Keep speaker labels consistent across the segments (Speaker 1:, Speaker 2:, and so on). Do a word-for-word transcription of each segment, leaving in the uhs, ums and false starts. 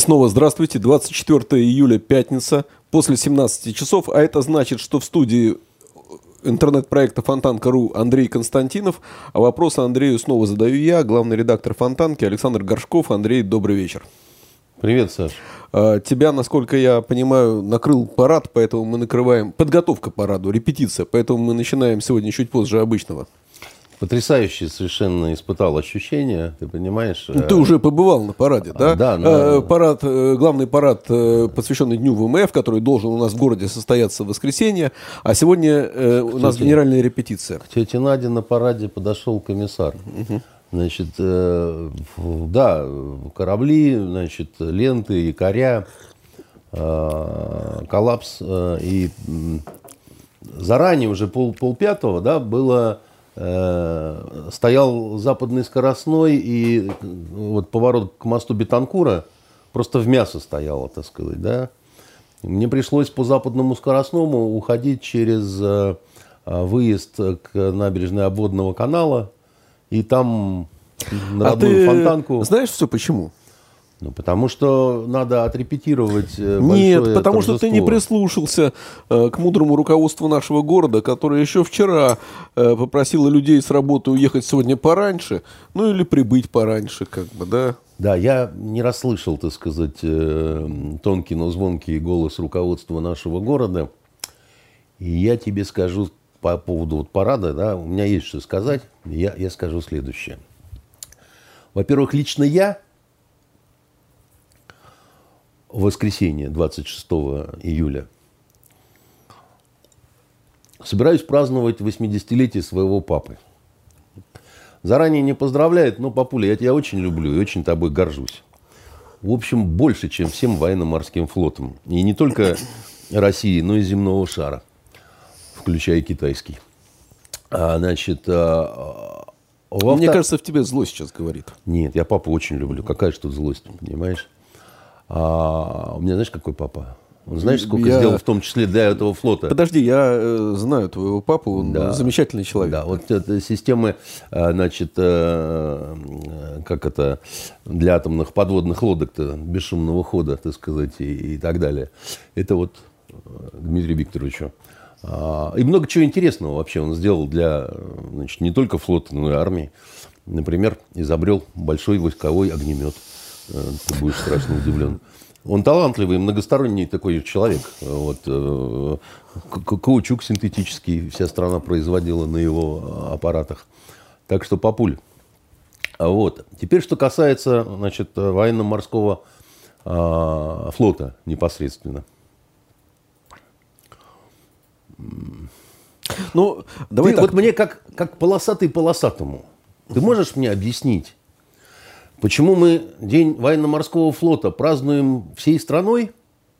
Speaker 1: снова здравствуйте. двадцать четвёртого июля, пятница, после семнадцати часов. А это значит, что в студии интернет-проекта Фонтанка точка ру Андрей Константинов. А вопросы Андрею снова задаю я, главный редактор Фонтанки Александр Горшков. Андрей, добрый вечер.
Speaker 2: Привет, Саш.
Speaker 1: Тебя, насколько я понимаю, накрыл парад, поэтому мы накрываем... Подготовка к параду, репетиция, поэтому мы начинаем сегодня чуть позже обычного.
Speaker 2: Потрясающе совершенно испытал ощущения, ты понимаешь?
Speaker 1: Ну, ты уже побывал на параде, да?
Speaker 2: Да. Но...
Speaker 1: Парад, главный парад, посвященный Дню ВМФ, который должен у нас в городе состояться в воскресенье, а сегодня у нас генеральная репетиция.
Speaker 2: К тете Наде на параде подошел комиссар. Угу. Значит, да, корабли, значит, ленты, якоря, коллапс. И заранее, уже пол, полпятого, да, было... стоял западный скоростной, и вот поворот к мосту Бетанкура просто в мясо стояло, так сказать, да. Мне пришлось по западному скоростному уходить через выезд к набережной Обводного канала, и там на родную
Speaker 1: а
Speaker 2: Фонтанку...
Speaker 1: Ты знаешь все почему?
Speaker 2: Ну, потому что надо отрепетировать большое
Speaker 1: Нет, потому
Speaker 2: торжество.
Speaker 1: что ты не прислушался э, к мудрому руководству нашего города, которое еще вчера э, попросило людей с работы уехать сегодня пораньше, ну или прибыть пораньше, как бы, да?
Speaker 2: Да, я не расслышал, так сказать, э, тонкий, но звонкий голос руководства нашего города. И я тебе скажу по поводу вот парада, да, у меня есть что сказать, я, я скажу следующее. Во-первых, лично я в воскресенье, двадцать шестого июля, собираюсь праздновать восьмидесятилетие своего папы. Заранее не поздравляет, но, папуля, я тебя очень люблю и очень тобой горжусь. В общем, больше, чем всем военно-морским флотом. И не только России, но и земного шара, включая китайский. А, значит, а,
Speaker 1: Мне авто... кажется, в тебе злость сейчас говорит.
Speaker 2: Нет, я папу очень люблю. Какая же тут злость, понимаешь? А у меня, знаешь, какой папа? Он, знаешь, сколько я... сделал, в том числе для этого флота?
Speaker 1: Подожди, я э, знаю твоего папу, он да. замечательный человек.
Speaker 2: Да, вот это системы, значит, э, как это, для атомных подводных лодок-то, бесшумного хода, так сказать, и, и так далее. Это вот Дмитрию Викторовичу. А, и много чего интересного вообще он сделал для, значит, не только флота, но и армии. Например, изобрел большой войсковой огнемет. Ты будешь страшно удивлен. Он талантливый, многосторонний такой человек. Вот, каучук синтетический вся страна производила на его аппаратах. Так что, папуль. Вот. Теперь, что касается, значит, военно-морского а, флота непосредственно. Ну, давай ты, так. Вот мне как, как полосатый полосатому. Ты можешь мне объяснить, почему мы День военно-морского флота празднуем всей страной,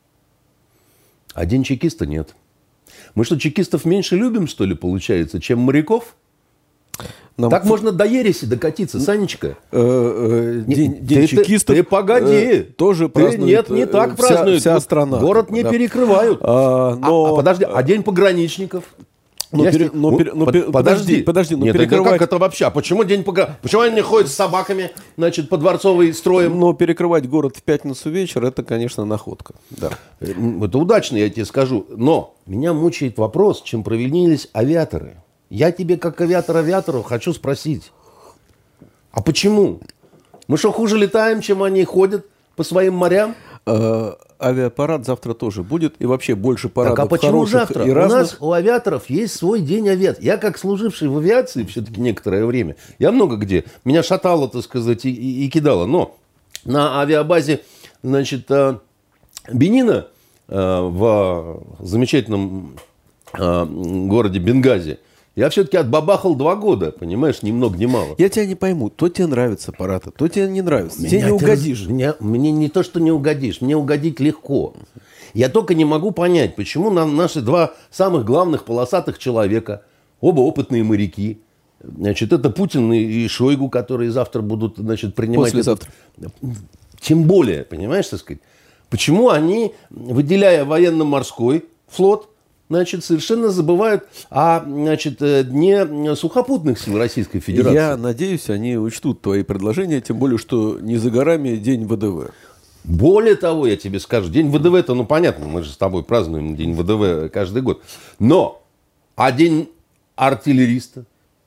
Speaker 2: а День чекиста нет? Мы что, чекистов меньше любим, что ли, получается, чем моряков? Нам... Так можно до ереси докатиться, Санечка.
Speaker 1: День чекистов.
Speaker 2: Ты погоди.
Speaker 1: Тоже празднует.
Speaker 2: Нет, не так празднуют.
Speaker 1: Вся страна.
Speaker 2: Город не перекрывают. А подожди, а День пограничников?
Speaker 1: Но, пере, но, пере, но
Speaker 2: под, подожди,
Speaker 1: подожди, но
Speaker 2: нет,
Speaker 1: перекрывать...
Speaker 2: как это вообще? А почему день пога... Почему они ходят с собаками, значит, по дворцовой строям?
Speaker 1: Но перекрывать город в пятницу вечер, это, конечно, находка. Да.
Speaker 2: Это удачно, я тебе скажу. Но меня мучает вопрос, чем провинились авиаторы. Я тебе, как авиатор-авиатору, хочу спросить. А почему? Мы что, хуже летаем, чем они ходят по своим морям?
Speaker 1: Авиапарад завтра тоже будет, и вообще больше парадов.
Speaker 2: Так, а почему завтра?
Speaker 1: И разных...
Speaker 2: У нас, у авиаторов, есть свой день авиации. Я, как служивший в авиации все-таки некоторое время, я много где, меня шатало, так сказать, и, и, и кидало. Но на авиабазе, значит, Бенина в замечательном городе Бенгази, я все-таки отбабахал два года, понимаешь, ни много ни мало.
Speaker 1: Я тебя не пойму, то тебе нравится парад, то тебе не нравится. Меня тебе не угодишь.
Speaker 2: Раз... Меня... Мне не то, что не угодишь, мне угодить легко. Я только не могу понять, почему нам наши два самых главных полосатых человека, оба опытные моряки, значит, это Путин и Шойгу, которые завтра будут, значит, принимать...
Speaker 1: Послезавтра.
Speaker 2: Это... Тем более, понимаешь, так сказать, почему они, выделяя военно-морской флот, значит, совершенно забывают о, значит, дне сухопутных сил Российской Федерации.
Speaker 1: Я надеюсь, они учтут твои предложения, тем более, что не за горами день ВДВ.
Speaker 2: Более того, я тебе скажу, День ВДВ-то, ну понятно, мы же с тобой празднуем День ВДВ каждый год. Но, а День артиллериста?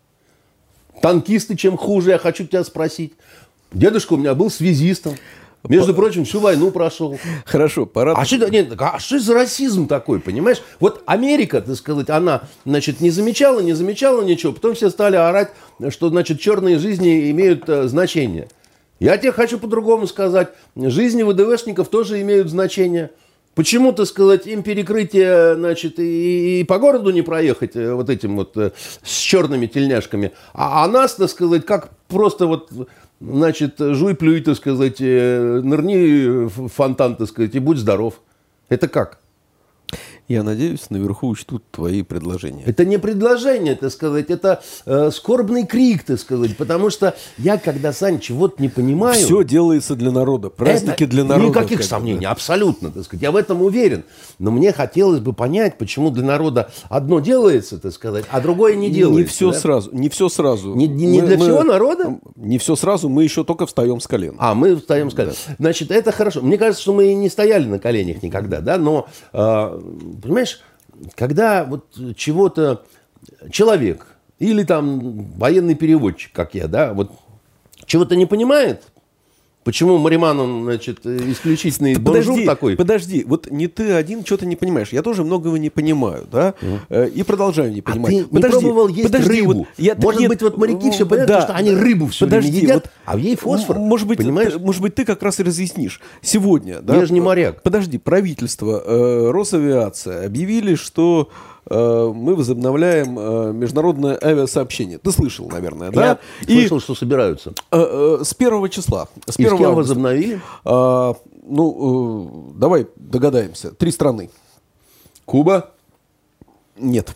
Speaker 2: Танкисты чем хуже, я хочу тебя спросить. Дедушка у меня был связистом. Между прочим, всю войну прошел.
Speaker 1: Хорошо, пора...
Speaker 2: А что, нет, а что за расизм такой, понимаешь? Вот Америка, так сказать, она, значит, не замечала, не замечала ничего. Потом все стали орать, что, значит, черные жизни имеют э, значение. Я тебе хочу по-другому сказать. Жизни ВДВшников тоже имеют значение. Почему, так сказать, им перекрытие, значит, и, и по городу не проехать э, вот этим вот э, с черными тельняшками, а, а нас, так сказать, как просто вот... Значит, жуй, плюй, так сказать, нырни в фонтан, так сказать, и будь здоров. Это как?
Speaker 1: Я надеюсь, наверху учтут твои предложения.
Speaker 2: Это не предложение, так сказать, это э, скорбный крик, так сказать, потому что я, когда, Сань, чего-то не понимаю...
Speaker 1: Все делается для народа, праздники
Speaker 2: это
Speaker 1: для народа.
Speaker 2: Никаких
Speaker 1: как
Speaker 2: сомнений,
Speaker 1: бы.
Speaker 2: Абсолютно, так сказать, я в этом уверен. Но мне хотелось бы понять, почему для народа одно делается, так сказать, а другое не делается.
Speaker 1: Не все
Speaker 2: да?
Speaker 1: сразу, не все сразу.
Speaker 2: Не, не
Speaker 1: Мы-
Speaker 2: для
Speaker 1: мы-
Speaker 2: всего народа?
Speaker 1: Не все сразу, мы еще только встаем с колен.
Speaker 2: А, мы встаем с колен. Значит, это хорошо. Мне кажется, что мы и не стояли на коленях никогда, да, но, э, понимаешь, когда вот чего-то человек или там военный переводчик, как я, да, вот чего-то не понимает, почему Мариман, он, значит, исключительный бонжур
Speaker 1: Подожди,
Speaker 2: такой.
Speaker 1: подожди, вот не ты один что-то не понимаешь. Я тоже многого не понимаю, да, э, и продолжаю не
Speaker 2: А
Speaker 1: понимать.
Speaker 2: ты не
Speaker 1: Подожди,
Speaker 2: пробовал есть
Speaker 1: подожди,
Speaker 2: рыбу?
Speaker 1: вот я-
Speaker 2: Может
Speaker 1: нет,
Speaker 2: быть, вот моряки все
Speaker 1: м,
Speaker 2: понимают,
Speaker 1: да,
Speaker 2: потому что они рыбу все
Speaker 1: подожди,
Speaker 2: время едят,
Speaker 1: вот,
Speaker 2: а в ей фосфор,
Speaker 1: м, может быть,
Speaker 2: понимаешь?
Speaker 1: ты, может быть, ты как раз и разъяснишь. Сегодня, да,
Speaker 2: Я же не моряк.
Speaker 1: Подожди, правительство, э, Росавиация объявили, что э, мы возобновляем э, международное авиасообщение. Ты слышал, наверное, да?
Speaker 2: Я слышал, что собираются.
Speaker 1: Э, э, с первого числа. С
Speaker 2: И с
Speaker 1: первого
Speaker 2: кем
Speaker 1: августа.
Speaker 2: возобновили?
Speaker 1: А, ну, э, давай догадаемся. Три страны.
Speaker 2: Куба,
Speaker 1: Нет.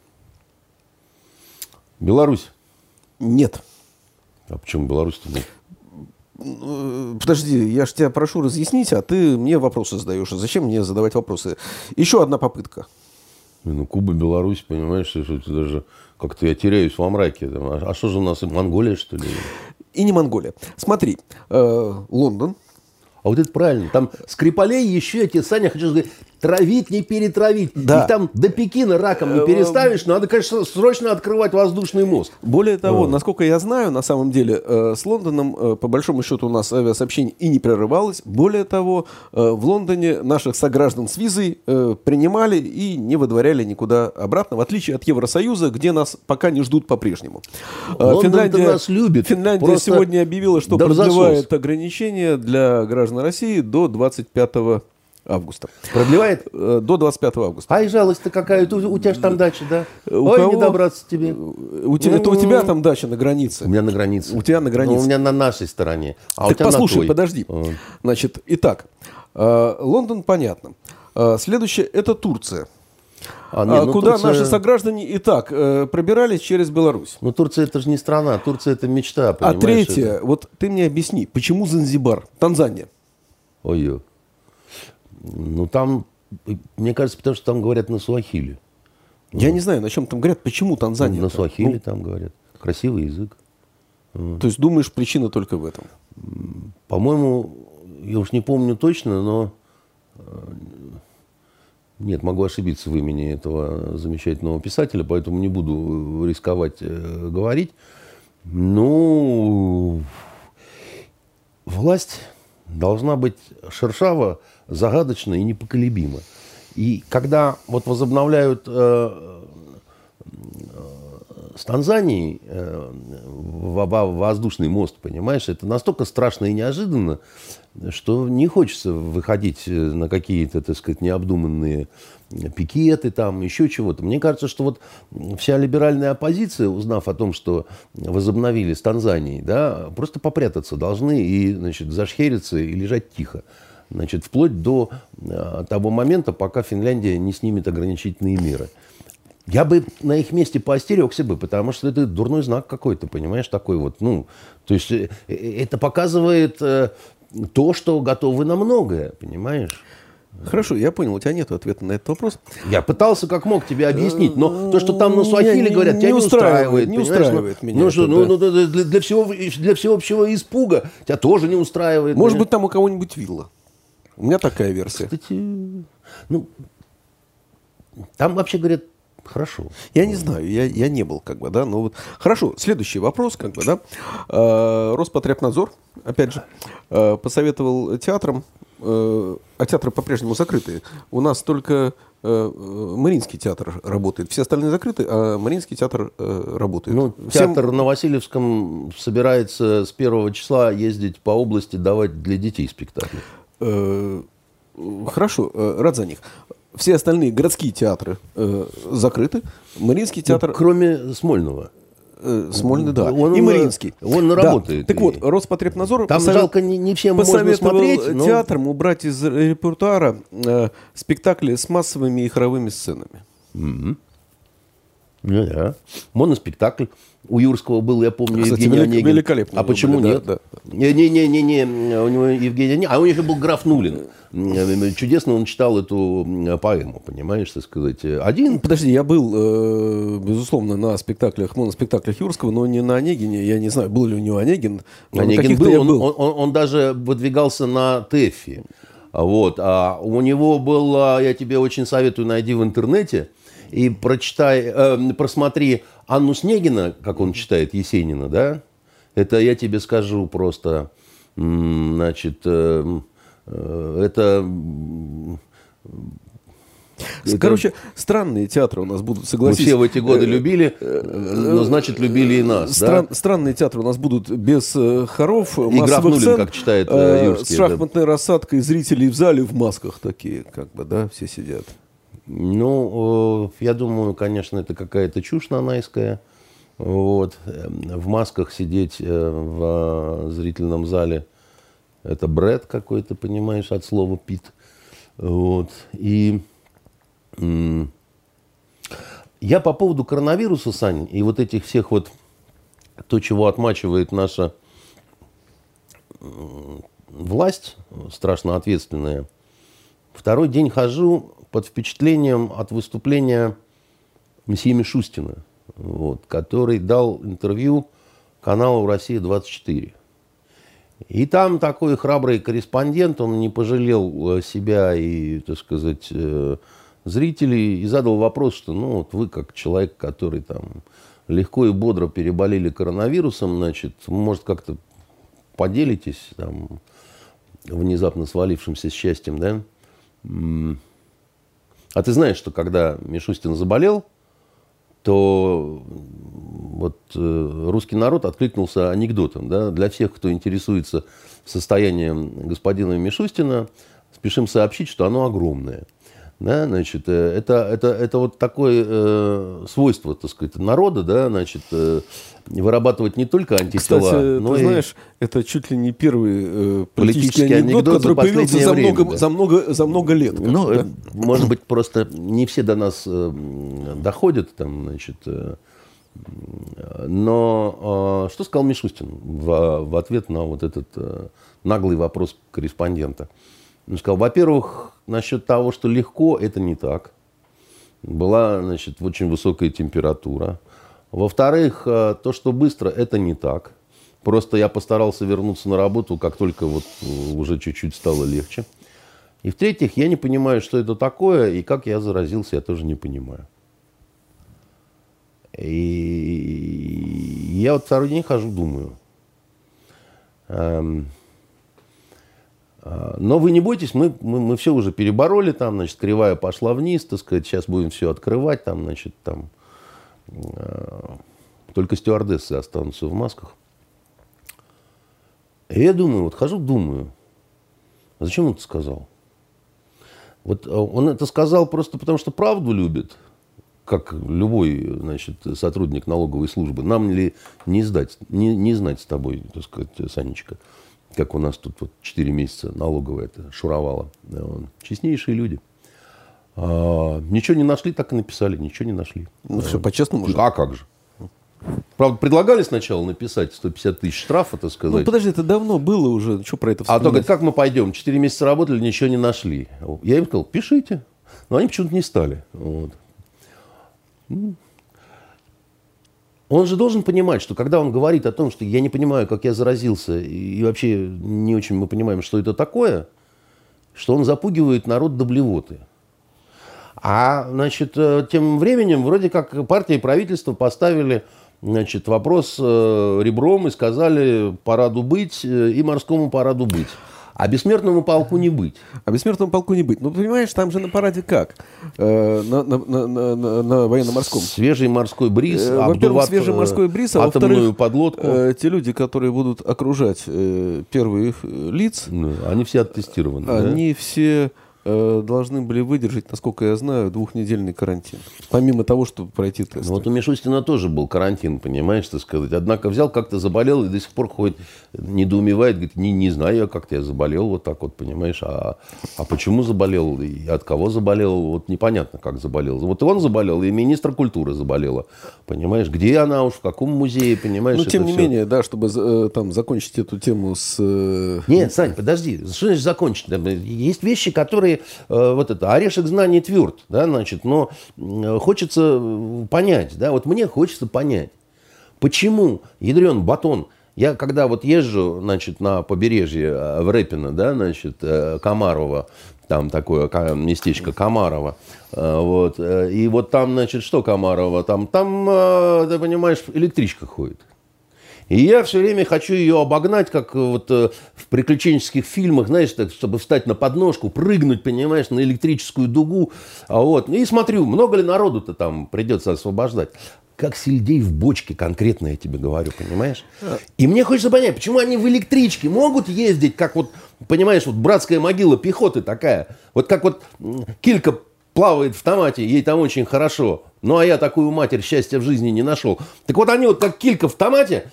Speaker 2: Беларусь.
Speaker 1: Нет.
Speaker 2: А почему Беларусь-то нет?
Speaker 1: Э, Подожди, я же тебя прошу разъяснить, а ты мне вопросы задаешь. А зачем мне задавать вопросы? Еще одна попытка.
Speaker 2: Ну, Куба, Беларусь, понимаешь, что это даже как-то я теряюсь во мраке. Там, А а что же у нас, Монголия, что ли?
Speaker 1: И не Монголия. Смотри, э, Лондон.
Speaker 2: А вот это правильно. Там Скрипалей еще, я тебе, Саня, хочу сказать, травить, не перетравить.
Speaker 1: Да.
Speaker 2: И там до Пекина раком не переставишь, надо, конечно, срочно открывать воздушный мост.
Speaker 1: Более того,
Speaker 2: А.
Speaker 1: насколько я знаю, на самом деле э, с Лондоном, э, по большому счету, у нас авиасообщение и не прерывалось. Более того, э, в Лондоне наших сограждан с визой э, принимали и не выдворяли никуда обратно, в отличие от Евросоюза, где нас пока не ждут по-прежнему. Э,
Speaker 2: Лондон-то нас любит.
Speaker 1: Финляндия
Speaker 2: Просто
Speaker 1: сегодня объявила, что
Speaker 2: да в засос.
Speaker 1: продлевает ограничения для граждан России до двадцать пятого августа.
Speaker 2: Продлевает?
Speaker 1: Э, До двадцать пятого августа.
Speaker 2: Ай, жалость-то какая. У, у тебя же там дача, да?
Speaker 1: У
Speaker 2: Ой,
Speaker 1: кого?
Speaker 2: не добраться тебе.
Speaker 1: У тебя, это у тебя там дача на границе.
Speaker 2: У меня на границе.
Speaker 1: У тебя на границе.
Speaker 2: Ну, у меня на нашей стороне. А у
Speaker 1: Так
Speaker 2: тебя на
Speaker 1: послушай,
Speaker 2: той.
Speaker 1: подожди.
Speaker 2: А.
Speaker 1: Значит, итак, э, Лондон, понятно. Э, Следующее – это Турция.
Speaker 2: А, нет,
Speaker 1: А,
Speaker 2: ну,
Speaker 1: куда
Speaker 2: Турция-
Speaker 1: наши сограждане и так э, пробирались через Беларусь.
Speaker 2: Ну, Турция это же не страна. Турция это мечта,
Speaker 1: А
Speaker 2: понимаешь?
Speaker 1: третье,
Speaker 2: это-
Speaker 1: вот ты мне объясни, почему Занзибар, Танзания?
Speaker 2: Ой-ой. Ну, там, мне кажется, потому что там говорят на суахили.
Speaker 1: Я не знаю, на чем там говорят, почему Танзания.
Speaker 2: На суахили там говорят. Красивый язык.
Speaker 1: То есть думаешь, причина только в этом?
Speaker 2: По-моему, я уж не помню точно, но... э, Нет, могу ошибиться в имени этого замечательного писателя, поэтому не буду рисковать э, говорить. Ну, власть должна быть шершава, загадочна и непоколебима. И когда вот возобновляют э, с Танзанией э, во- во- воздушный мост, понимаешь, это настолько страшно и неожиданно, что не хочется выходить на какие-то, так сказать, необдуманные пикеты, там, еще чего-то. Мне кажется, что вот вся либеральная оппозиция, узнав о том, что возобновили с Танзанией, да, просто попрятаться должны и, значит, зашхериться и лежать тихо. Значит, вплоть до э, того момента, пока Финляндия не снимет ограничительные меры. Я бы на их месте поостерегся бы, потому что это дурной знак какой-то, понимаешь, такой вот. Ну, то есть э, это показывает э, то, что готовы на многое, понимаешь?
Speaker 1: Хорошо, я понял, у тебя нет ответа на этот вопрос.
Speaker 2: Я пытался как мог тебе объяснить, но то, что там на
Speaker 1: Меня
Speaker 2: суахили
Speaker 1: не-
Speaker 2: говорят,
Speaker 1: не
Speaker 2: тебя не
Speaker 1: устраивает,
Speaker 2: устраивает.
Speaker 1: не
Speaker 2: понимаешь?
Speaker 1: устраивает
Speaker 2: Ну,
Speaker 1: меня
Speaker 2: ну, что,
Speaker 1: это,
Speaker 2: ну,
Speaker 1: да.
Speaker 2: ну, для, для всего, для всеобщего испуга тебя тоже не устраивает.
Speaker 1: Может
Speaker 2: понимаешь?
Speaker 1: быть, там у кого-нибудь вилла. У меня такая версия.
Speaker 2: Кстати, ну, там вообще говорят, хорошо.
Speaker 1: Я не знаю, я, я не был, как бы, да, но вот. Хорошо, следующий вопрос, как бы, да. Э, Роспотребнадзор, опять же, э, посоветовал театрам, э, а театры по-прежнему закрыты. У нас только э, Мариинский театр работает, все остальные закрыты, а Мариинский театр э, работает.
Speaker 2: Ну,
Speaker 1: Всем...
Speaker 2: театр на Васильевском собирается с первого числа ездить по области, давать для детей спектакли.
Speaker 1: Э, хорошо, э, рад за них. Все остальные городские театры э, закрыты. Мариинский театр...
Speaker 2: Ну, кроме Смольного.
Speaker 1: Э, Смольный, да.
Speaker 2: Он,
Speaker 1: и
Speaker 2: он,
Speaker 1: Мариинский.
Speaker 2: Он
Speaker 1: да.
Speaker 2: работает.
Speaker 1: Так вот, Роспотребнадзор...
Speaker 2: Там
Speaker 1: посовет...
Speaker 2: жалко, не, не всем можно
Speaker 1: посоветовал
Speaker 2: смотреть. Но...
Speaker 1: театрам убрать из репертуара э, спектакли с массовыми и хоровыми сценами.
Speaker 2: Mm-hmm. Ну да. Моноспектакль. У Юрского был, я помню,
Speaker 1: Кстати,
Speaker 2: Евгений
Speaker 1: велик,
Speaker 2: Онегин.
Speaker 1: великолепно.
Speaker 2: А почему
Speaker 1: были,
Speaker 2: нет?
Speaker 1: Да, да.
Speaker 2: Не-не-не-не, у него Евгений Онегин. А у него еще был граф Нулин. Чудесно он читал эту поэму, понимаешь, так сказать. Один...
Speaker 1: Подожди, я был, э, безусловно, на спектаклях, моноспектаклях Юрского, но не на Онегине. Я не знаю, был ли у него Онегин.
Speaker 2: Онегин был, он,
Speaker 1: был.
Speaker 2: Он, он, он даже выдвигался на ТЭФе. Вот. А у него был, я тебе очень советую, найди в интернете и прочитай, э, просмотри Анну Снегина, как он читает Есенина, да? Это я тебе скажу просто, значит, э, э, это...
Speaker 1: Короче, это... странные театры у нас будут, согласись.
Speaker 2: Мы все в эти годы любили, но, значит, любили и нас.
Speaker 1: Стран...
Speaker 2: Да?
Speaker 1: Странные театры у нас будут без э, хоров,
Speaker 2: и
Speaker 1: массовых
Speaker 2: Нулин,
Speaker 1: сцен,
Speaker 2: как читает э, Юрский.
Speaker 1: С шахматной да. рассадкой, зрителей в зале в масках такие, как бы, да, все сидят.
Speaker 2: Ну, э, я думаю, конечно, это какая-то чушь нанайская. Вот. В масках сидеть э, в зрительном зале — это бред какой-то, понимаешь, от слова «пит». Вот. И... Я по поводу коронавируса, Сань, и вот этих всех вот, то, чего отмачивает наша власть, страшно ответственная, второй день хожу под впечатлением от выступления месье Мишустина, вот, который дал интервью каналу «Россия двадцать четыре». И там такой храбрый корреспондент, он не пожалел себя и, так сказать, зрителей, и задал вопрос, что ну вот вы как человек, который там легко и бодро переболели коронавирусом, значит, может как-то поделитесь там внезапно свалившимся счастьем, да? А ты знаешь, что когда Мишустин заболел, то вот э, русский народ откликнулся анекдотом, да? Для всех, кто интересуется состоянием господина Мишустина, спешим сообщить, что оно огромное. Да, значит, это, это, это вот такое э, свойство, так сказать, народа, да, значит, э, вырабатывать не только антитела,
Speaker 1: Кстати,
Speaker 2: но
Speaker 1: ты
Speaker 2: и...
Speaker 1: знаешь, это чуть ли не первый э,
Speaker 2: политический,
Speaker 1: политический анекдот,
Speaker 2: анекдот
Speaker 1: который появился за,
Speaker 2: время,
Speaker 1: много,
Speaker 2: да.
Speaker 1: за, много, за много лет.
Speaker 2: Ну,
Speaker 1: да?
Speaker 2: может быть, просто не все до нас э, доходят, там, значит, э, но э, что сказал Мишустин в, в ответ на вот этот э, наглый вопрос корреспондента? Он сказал, во-первых, насчет того, что легко, это не так. Была, значит, очень высокая температура. Во-вторых, то, что быстро, это не так. Просто я постарался вернуться на работу, как только вот уже чуть-чуть стало легче. И в-третьих, я не понимаю, что это такое, и как я заразился, я тоже не понимаю. И я вот второй день хожу, думаю. Но вы не бойтесь, мы, мы, мы все уже перебороли, там, значит, кривая пошла вниз, так сказать, сейчас будем все открывать, там, значит, там, э, только стюардессы останутся в масках. И я думаю, вот хожу, думаю, а зачем он это сказал? Вот он это сказал просто потому, что правду любит, как любой, значит, сотрудник налоговой службы. Нам ли не, сдать, не, не знать с тобой, так сказать, Санечка, как у нас тут вот четыре месяца налоговая это шуровала. Честнейшие люди. А, ничего не нашли, так и написали. Ничего не нашли.
Speaker 1: Ну, а, все по-честному же.
Speaker 2: А как же? Правда, предлагали сначала написать сто пятьдесят тысяч штрафа, так сказать.
Speaker 1: Ну, подожди, это давно было уже. Что про это
Speaker 2: вспоминать? А то говорит, как мы пойдем? Четыре месяца работали, ничего не нашли. Я им сказал, пишите. Но они почему-то не стали. Вот. Он же должен понимать, что когда он говорит о том, что я не понимаю, как я заразился, и вообще не очень мы понимаем, что это такое, что он запугивает народ до блевоты. А, значит, тем временем вроде как партия и правительство поставили, значит, вопрос ребром и сказали параду быть и морскому параду быть. А бессмертному полку не быть.
Speaker 1: А бессмертному полку не быть. Ну, понимаешь, там же на параде как? Э, на, на, на, на, на военно-морском.
Speaker 2: Свежий морской бриз,
Speaker 1: э, во-первых, свежий морской бриз, а
Speaker 2: атомную подлодку.
Speaker 1: Э, те люди, которые будут окружать э, первых лиц,
Speaker 2: ну, они все оттестированы.
Speaker 1: Они
Speaker 2: да?
Speaker 1: все э, должны были выдержать, насколько я знаю, двухнедельный карантин. Помимо того, чтобы пройти тест.
Speaker 2: Вот у Мишустина тоже был карантин, понимаешь, так сказать. Однако взял, как-то заболел и до сих пор ходит, недоумевает, говорит, не, не знаю я, как-то я заболел вот так вот, понимаешь. А, а почему заболел и от кого заболел, вот непонятно, как заболел. Вот и он заболел, и министр культуры заболела, понимаешь. Где она уж, в каком музее, понимаешь.
Speaker 1: Ну, тем не
Speaker 2: все...
Speaker 1: менее, да, чтобы э, там закончить эту тему с... Э...
Speaker 2: Нет, Сань, подожди, что значит закончить? Есть вещи, которые, э, вот это, орешек знаний тверд, да, значит, но э, хочется понять, да, вот мне хочется понять, почему, ядрен батон, я когда вот езжу, значит, на побережье в Репино, да, значит, Комарова, там такое местечко Комарова, вот, и вот там, значит, что Комарова, там, там, ты понимаешь, электричка ходит. И я все время хочу ее обогнать, как вот в приключенческих фильмах, знаешь, так, чтобы встать на подножку, прыгнуть, понимаешь, на электрическую дугу. А вот, и смотрю, много ли народу-то там придется освобождать. Как сельдей в бочке, конкретно я тебе говорю, понимаешь? И мне хочется понять, почему они в электричке могут ездить, как вот, понимаешь, вот братская могила пехоты такая. Вот как вот килька плавает в томате, ей там очень хорошо. Ну, а я такую матерь счастья в жизни не нашел. Так вот они вот как килька в томате,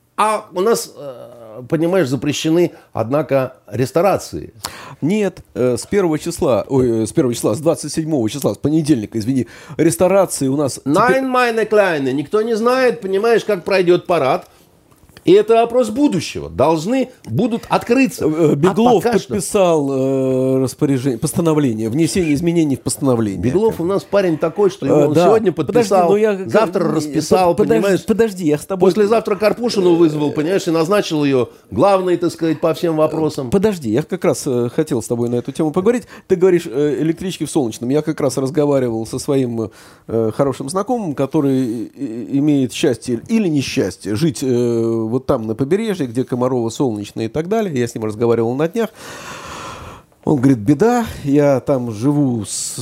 Speaker 2: а у нас, понимаешь, запрещены, однако, ресторации.
Speaker 1: Нет, с первого числа, ой, с первого числа, с двадцать седьмого числа, с понедельника, извини, ресторации у нас...
Speaker 2: Nein, meine Kleine, никто не знает, понимаешь, как пройдет парад. И это вопрос будущего. Должны будут открыться.
Speaker 1: Беглов
Speaker 2: а
Speaker 1: подписал э, распоряжение, постановление, внесение изменений в постановление.
Speaker 2: Беглов у нас парень такой, что его
Speaker 1: а, да.
Speaker 2: сегодня подписал, подожди, я, завтра как, расписал,
Speaker 1: подожди,
Speaker 2: понимаешь?
Speaker 1: Подожди, я с тобой...
Speaker 2: Послезавтра Карпушину вызвал, понимаешь, и назначил ее главной, так сказать, по всем вопросам.
Speaker 1: Подожди, я как раз э, хотел с тобой на эту тему поговорить. Ты говоришь э, электрички в Солнечном. Я как раз разговаривал со своим э, хорошим знакомым, который э, имеет счастье или несчастье жить... Э, вот там на побережье, где Комарова, Солнечная и так далее. Я с ним разговаривал на днях. Он говорит, беда, я там живу с,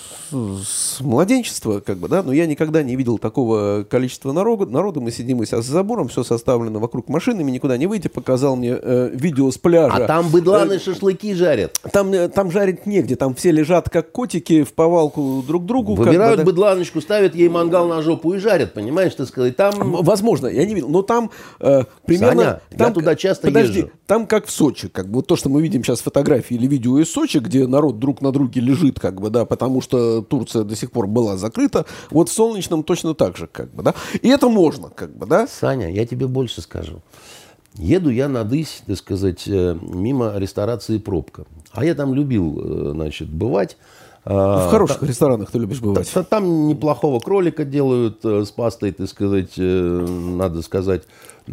Speaker 1: с младенчества, как бы, да, но я никогда не видел такого количества народу. народу. Мы сидим за забором, все составлено вокруг машины, мне никуда не выйти. Показал мне э, видео с пляжа.
Speaker 2: А там быдланы шашлыки жарят.
Speaker 1: Там, там жарить негде, там все лежат как котики в повалку друг к другу.
Speaker 2: Выбирают
Speaker 1: как бы, да.
Speaker 2: быдланочку, ставят ей мангал на жопу и жарят, понимаешь, так сказать. Там...
Speaker 1: Возможно, я не видел, но там э, примерно...
Speaker 2: Саня,
Speaker 1: там,
Speaker 2: я туда часто
Speaker 1: подожди,
Speaker 2: езжу.
Speaker 1: Там как в Сочи, как бы вот то, что мы видим сейчас фотографии или видео из Сочи, где народ друг на друге лежит, как бы, да, потому что Турция до сих пор была закрыта, вот в Солнечном точно так же, как бы, да, и это можно, как бы, да.
Speaker 2: Саня, я тебе больше скажу. Еду я на Дысь, так сказать, мимо ресторации «Пробка». А я там любил, значит, бывать.
Speaker 1: В хороших там, ресторанах ты любишь бывать.
Speaker 2: Там, там неплохого кролика делают с пастой, так сказать, надо сказать.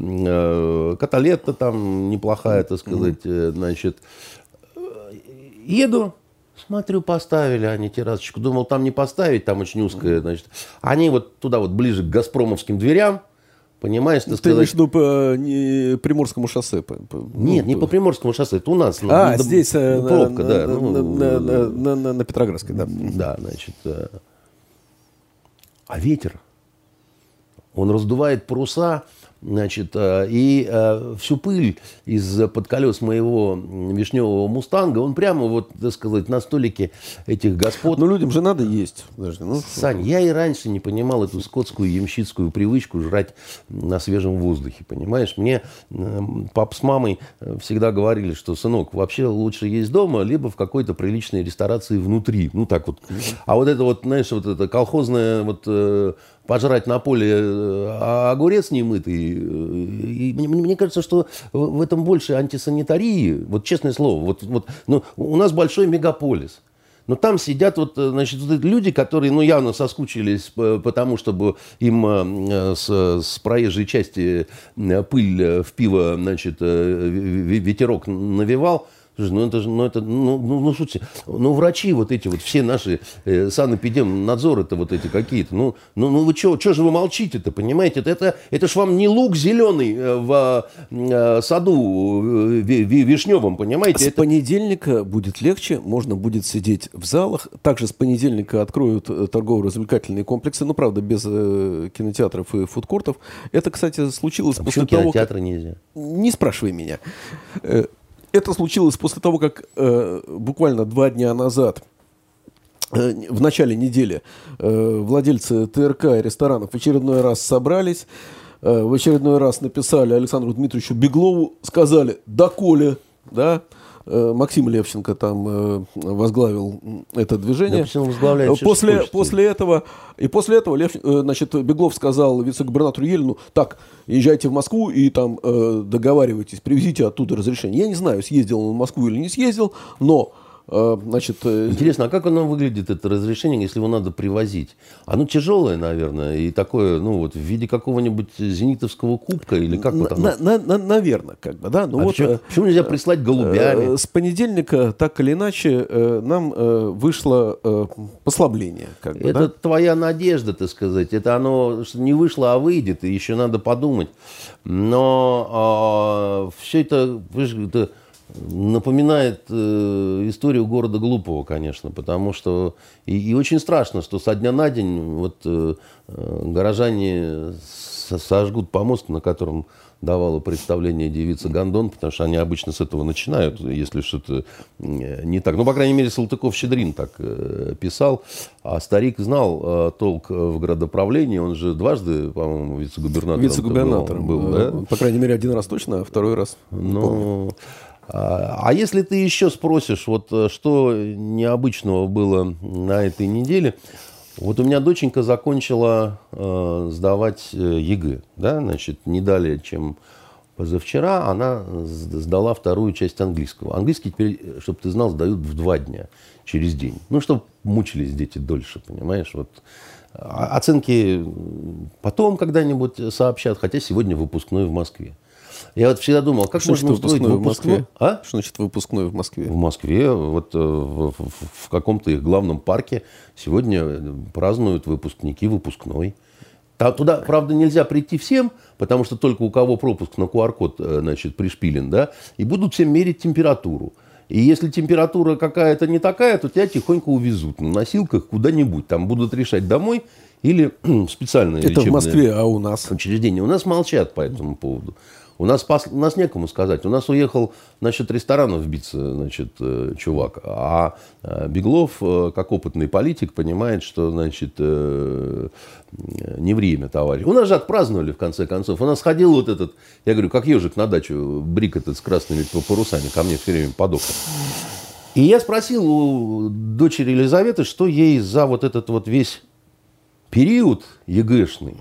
Speaker 2: Котлета там неплохая, так сказать, mm-hmm. значит. Еду, смотрю, поставили они террасочку. Думал, там не поставить, там очень узкая, значит. Они вот туда вот ближе к газпромовским дверям. Понимаешь, так
Speaker 1: ты
Speaker 2: сказать...
Speaker 1: имеешь в виду по не, Приморскому шоссе? По, по,
Speaker 2: Нет,
Speaker 1: ну,
Speaker 2: не по Приморскому шоссе, это у нас.
Speaker 1: А,
Speaker 2: на,
Speaker 1: здесь
Speaker 2: пробка,
Speaker 1: на,
Speaker 2: да.
Speaker 1: На,
Speaker 2: ну,
Speaker 1: на, на, на, на, на Петроградской, да.
Speaker 2: Да, значит. А ветер, он раздувает паруса, значит, и э, всю пыль из-под колес моего вишневого мустанга, он прямо вот, так сказать, на столике этих господ.
Speaker 1: Ну, людям же надо есть. Подожди, ну,
Speaker 2: Сань, я и раньше не понимал эту скотскую ямщицкую привычку жрать на свежем воздухе, понимаешь? Мне э, пап с мамой всегда говорили, что, сынок, вообще лучше есть дома, либо в какой-то приличной ресторации внутри. Ну, так вот. А вот это вот, знаешь, вот это колхозное вот... Э, пожрать на поле огурец немытый. И мне, мне кажется, что в этом больше антисанитарии. Вот честное слово. Вот, вот, ну, у нас большой мегаполис. Но там сидят вот, значит, вот люди, которые ну, явно соскучились по тому, чтобы им с, с проезжей части пыль в пиво, значит, ветерок навевал. Слушай, ну это же, ну это, ну, ну, ну слушайте, ну врачи вот эти вот, все наши э, санэпидемнадзоры-то вот эти какие-то, ну, ну, ну вы что, что же вы молчите-то, понимаете? Это, это, это ж вам не лук зеленый э, в э, саду э, вишневом, понимаете?
Speaker 1: С
Speaker 2: это...
Speaker 1: понедельника будет легче, можно будет сидеть в залах. Также с понедельника откроют торгово-развлекательные комплексы, ну, правда, без э, кинотеатров и фудкортов. Это, кстати, случилось
Speaker 2: а
Speaker 1: после
Speaker 2: почему
Speaker 1: того,
Speaker 2: кинотеатры
Speaker 1: как...
Speaker 2: нельзя?
Speaker 1: Не спрашивай меня. Это случилось после того, как э, буквально два дня назад, э, в начале недели, э, владельцы ТРК и ресторанов в очередной раз собрались, э, в очередной раз написали Александру Дмитриевичу Беглову, сказали «доколе», да, э, Максим Левченко там э, возглавил это движение. После, после этого, и после этого Лев, э, значит, Беглов сказал вице-губернатору Елину: так, езжайте в Москву и там э, договаривайтесь, привезите оттуда разрешение. Я не знаю, съездил он в Москву или не съездил, но... Значит,
Speaker 2: интересно, а как оно выглядит, это разрешение, если его надо привозить? Оно тяжелое, наверное, и такое, ну вот в виде какого-нибудь зенитовского кубка или как вот оно?
Speaker 1: На, на, на, наверное, как бы, да. Ну
Speaker 2: а
Speaker 1: вот,
Speaker 2: почему, почему нельзя прислать голубями?
Speaker 1: С понедельника так или иначе нам вышло послабление, как бы,
Speaker 2: это
Speaker 1: да?
Speaker 2: Твоя надежда, так сказать. Это оно не вышло, а выйдет, и еще надо подумать. Но а, все это, это напоминает э, историю города глупого, конечно, потому что и, и очень страшно, что со дня на день вот э, горожане сожгут помост, на котором давала представление девица Гондон, потому что они обычно с этого начинают, если что-то не так. Ну, по крайней мере, Салтыков-Щедрин так э, писал, а старик знал э, толк в градоправлении, он же дважды, по-моему, вице-губернатором,
Speaker 1: вице-губернатором
Speaker 2: был, был, да?
Speaker 1: По крайней мере, один раз точно, а второй раз
Speaker 2: ну, а если ты еще спросишь, вот что необычного было на этой неделе, вот у меня доченька закончила э, сдавать ЕГЭ, да, значит, не далее, чем позавчера, она сдала вторую часть английского. Английский теперь, чтобы ты знал, сдают в два дня, через день. Ну, чтобы мучились дети дольше, понимаешь, вот. Оценки потом когда-нибудь сообщат, хотя сегодня выпускной в Москве. Я вот всегда думал, как
Speaker 1: что
Speaker 2: можно устроить
Speaker 1: выпускной
Speaker 2: выпускной?
Speaker 1: в Москве?
Speaker 2: А?
Speaker 1: Что значит выпускной в Москве?
Speaker 2: В Москве, вот в, в, в каком-то их главном парке сегодня празднуют выпускники выпускной. Там, туда, правда, нельзя прийти всем, потому что только у кого пропуск на ку ар код, значит, пришпилен, да, и будут всем мерить температуру. И если температура какая-то не такая, то тебя тихонько увезут на носилках куда-нибудь. Там будут решать домой или специальные
Speaker 1: Это
Speaker 2: лечебные
Speaker 1: в Москве, а у нас?
Speaker 2: Учреждения. У нас молчат по этому поводу. У нас, у нас некому сказать. У нас уехал насчет ресторанов биться, значит, чувак. А Беглов, как опытный политик, понимает, что, значит, не время, товарищ. У нас же отпраздновали, в конце концов. У нас ходил вот этот, я говорю, как ежик на дачу, брик этот с красными парусами, ко мне все время под окна. И я спросил у дочери Елизаветы, что ей за вот этот вот весь период ЕГЭшный,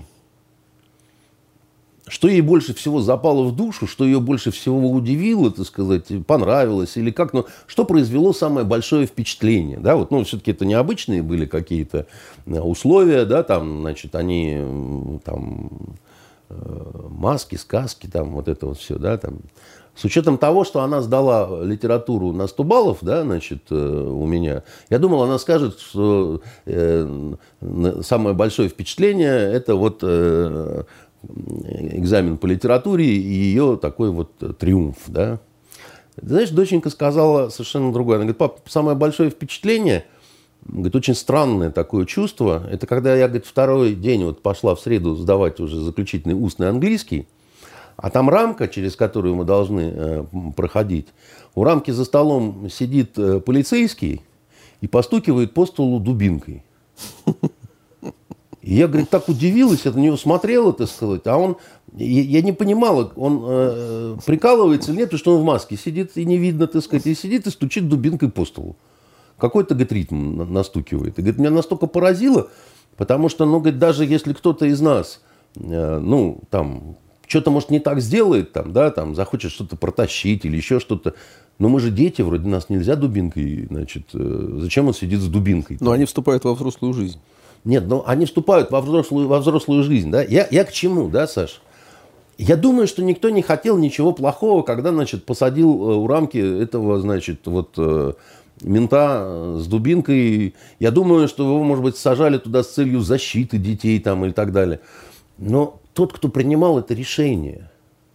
Speaker 2: что ей больше всего запало в душу, что ее больше всего удивило, так сказать, понравилось, или как, ну, что произвело самое большое впечатление, да, вот, ну, все-таки это необычные были какие-то условия, да, там, значит, они, там, маски, сказки, там, вот это вот все, да, там, с учетом того, что она сдала литературу на сто баллов, да, значит, у меня, я думал, она скажет, что э, самое большое впечатление это вот э, экзамен по литературе и ее такой вот триумф, да. Знаешь, доченька сказала совершенно другое. Она говорит: пап, самое большое впечатление, говорит, очень странное такое чувство, это когда я, говорит, второй день вот пошла в среду сдавать уже заключительный устный английский, а там рамка, через которую мы должны э, проходить, у рамки за столом сидит э, полицейский и постукивает по столу дубинкой. И я, говорит, так удивилась, я на него смотрела, так сказать, а он, я, я не понимала, он э, прикалывается или нет, потому что он в маске сидит, и не видно, так сказать, и сидит и стучит дубинкой по столу. Какой-то, говорит, ритм настукивает. И, говорит, меня настолько поразило, потому что, ну, говорит, даже если кто-то из нас, э, ну, там, что-то, может, не так сделает, там, да, там, захочет что-то протащить или еще что-то, но мы же дети, вроде нас нельзя дубинкой, значит, э, зачем он сидит с дубинкой?
Speaker 1: Но они вступают во взрослую жизнь.
Speaker 2: Нет, ну они вступают во взрослую, во взрослую жизнь, да. Я, я к чему, да, Саш? Я думаю, что никто не хотел ничего плохого, когда, значит, посадил у рамки этого, значит, вот мента с дубинкой. Я думаю, что его, может быть, сажали туда с целью защиты детей там и так далее. Но тот, кто принимал это решение,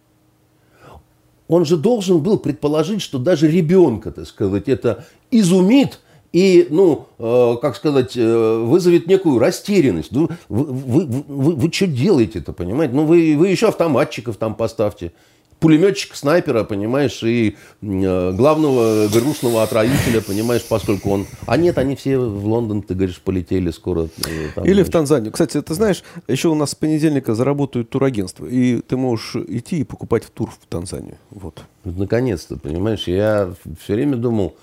Speaker 2: он же должен был предположить, что даже ребенка, так сказать, это изумит и, ну, э, как сказать, э, вызовет некую растерянность. Ну, вы, вы, вы, вы, вы что делаете-то, понимаете? Ну, вы, вы еще автоматчиков там поставьте, пулеметчика, снайпера, понимаешь, и э, главного грустного отравителя, понимаешь, поскольку он... А нет, они все в Лондон, ты говоришь, полетели скоро.
Speaker 1: Э, там, Или значит. в Танзанию. Кстати, ты знаешь, еще у нас с понедельника заработают турагентства, и ты можешь идти и покупать тур в Танзанию. Вот.
Speaker 2: Наконец-то, понимаешь, я все время думал,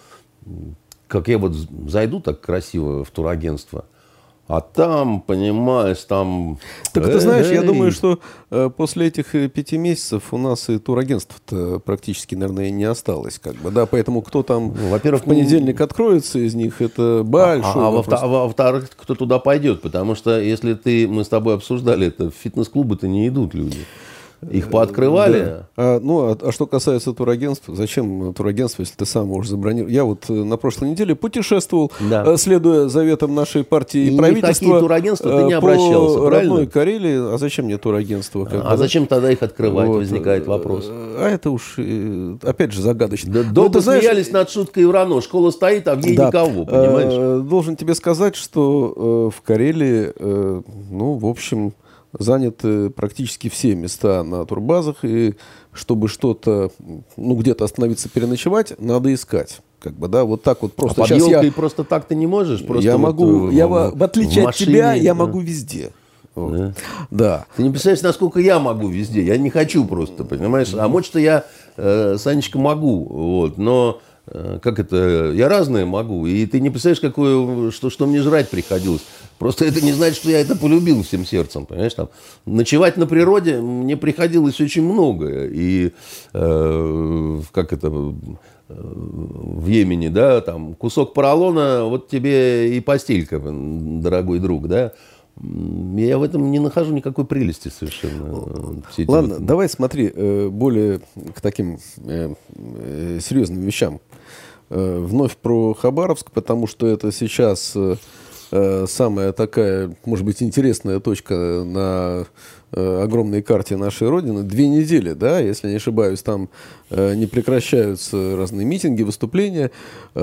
Speaker 2: как я вот зайду так красиво в турагентство, а там, понимаешь, там...
Speaker 1: Так ты знаешь, я думаю, что э, после этих пяти месяцев у нас и турагентств-то практически, наверное, не осталось. Как бы, да? Поэтому кто там ну, во-первых, в понедельник откроется из них, это большой...
Speaker 2: А, а во-вторых, во-вторых, кто туда пойдет? Потому что, если ты, мы с тобой обсуждали это, в фитнес-клубы-то не идут люди. Их пооткрывали.
Speaker 1: Да. А, ну, а, а что касается турагентств, зачем турагентство, если ты сам можешь забронировать? Я вот на прошлой неделе путешествовал, да. следуя заветам нашей партии и, и правительства. И
Speaker 2: турагентства ты не обращался,
Speaker 1: по
Speaker 2: правильно?
Speaker 1: родной Карелии. А зачем мне турагентство?
Speaker 2: А, а зачем тогда их открывать, вот. Возникает вопрос.
Speaker 1: А это уж, опять же, загадочно.
Speaker 2: Да, долго знаешь, смеялись над шуткой Врано. Школа стоит, а в ней да. никого, понимаешь?
Speaker 1: А, должен тебе сказать, что в Карелии, ну, в общем... заняты практически все места на турбазах, и чтобы что-то, ну, где-то остановиться, переночевать, надо искать. Как бы, да, вот так вот просто.
Speaker 2: А под елкой я... просто так ты не можешь? Просто
Speaker 1: я
Speaker 2: вот
Speaker 1: могу,
Speaker 2: в,
Speaker 1: я,
Speaker 2: в,
Speaker 1: в отличие
Speaker 2: в
Speaker 1: от тебя, я
Speaker 2: да.
Speaker 1: могу везде. Вот.
Speaker 2: Да.
Speaker 1: Да.
Speaker 2: Ты не представляешь, насколько я могу везде. Я не хочу просто, понимаешь? А может, я, э, Санечка, могу, вот, но... Как это? Я разное могу. И ты не представляешь, какое, что, что мне жрать приходилось. Просто это не значит, что я это полюбил всем сердцем. Понимаешь? Там, ночевать на природе мне приходилось очень много. И э, как это... в Йемене, да, там кусок поролона, вот тебе и постелька, дорогой друг, да. Я в этом не нахожу никакой прелести совершенно.
Speaker 1: Ладно, вот... давай смотри, более к таким серьезным вещам. Вновь про Хабаровск, потому что это сейчас самая такая, может быть, интересная точка на огромной карте нашей Родины. Две недели, да, если не ошибаюсь, там не прекращаются разные митинги, выступления.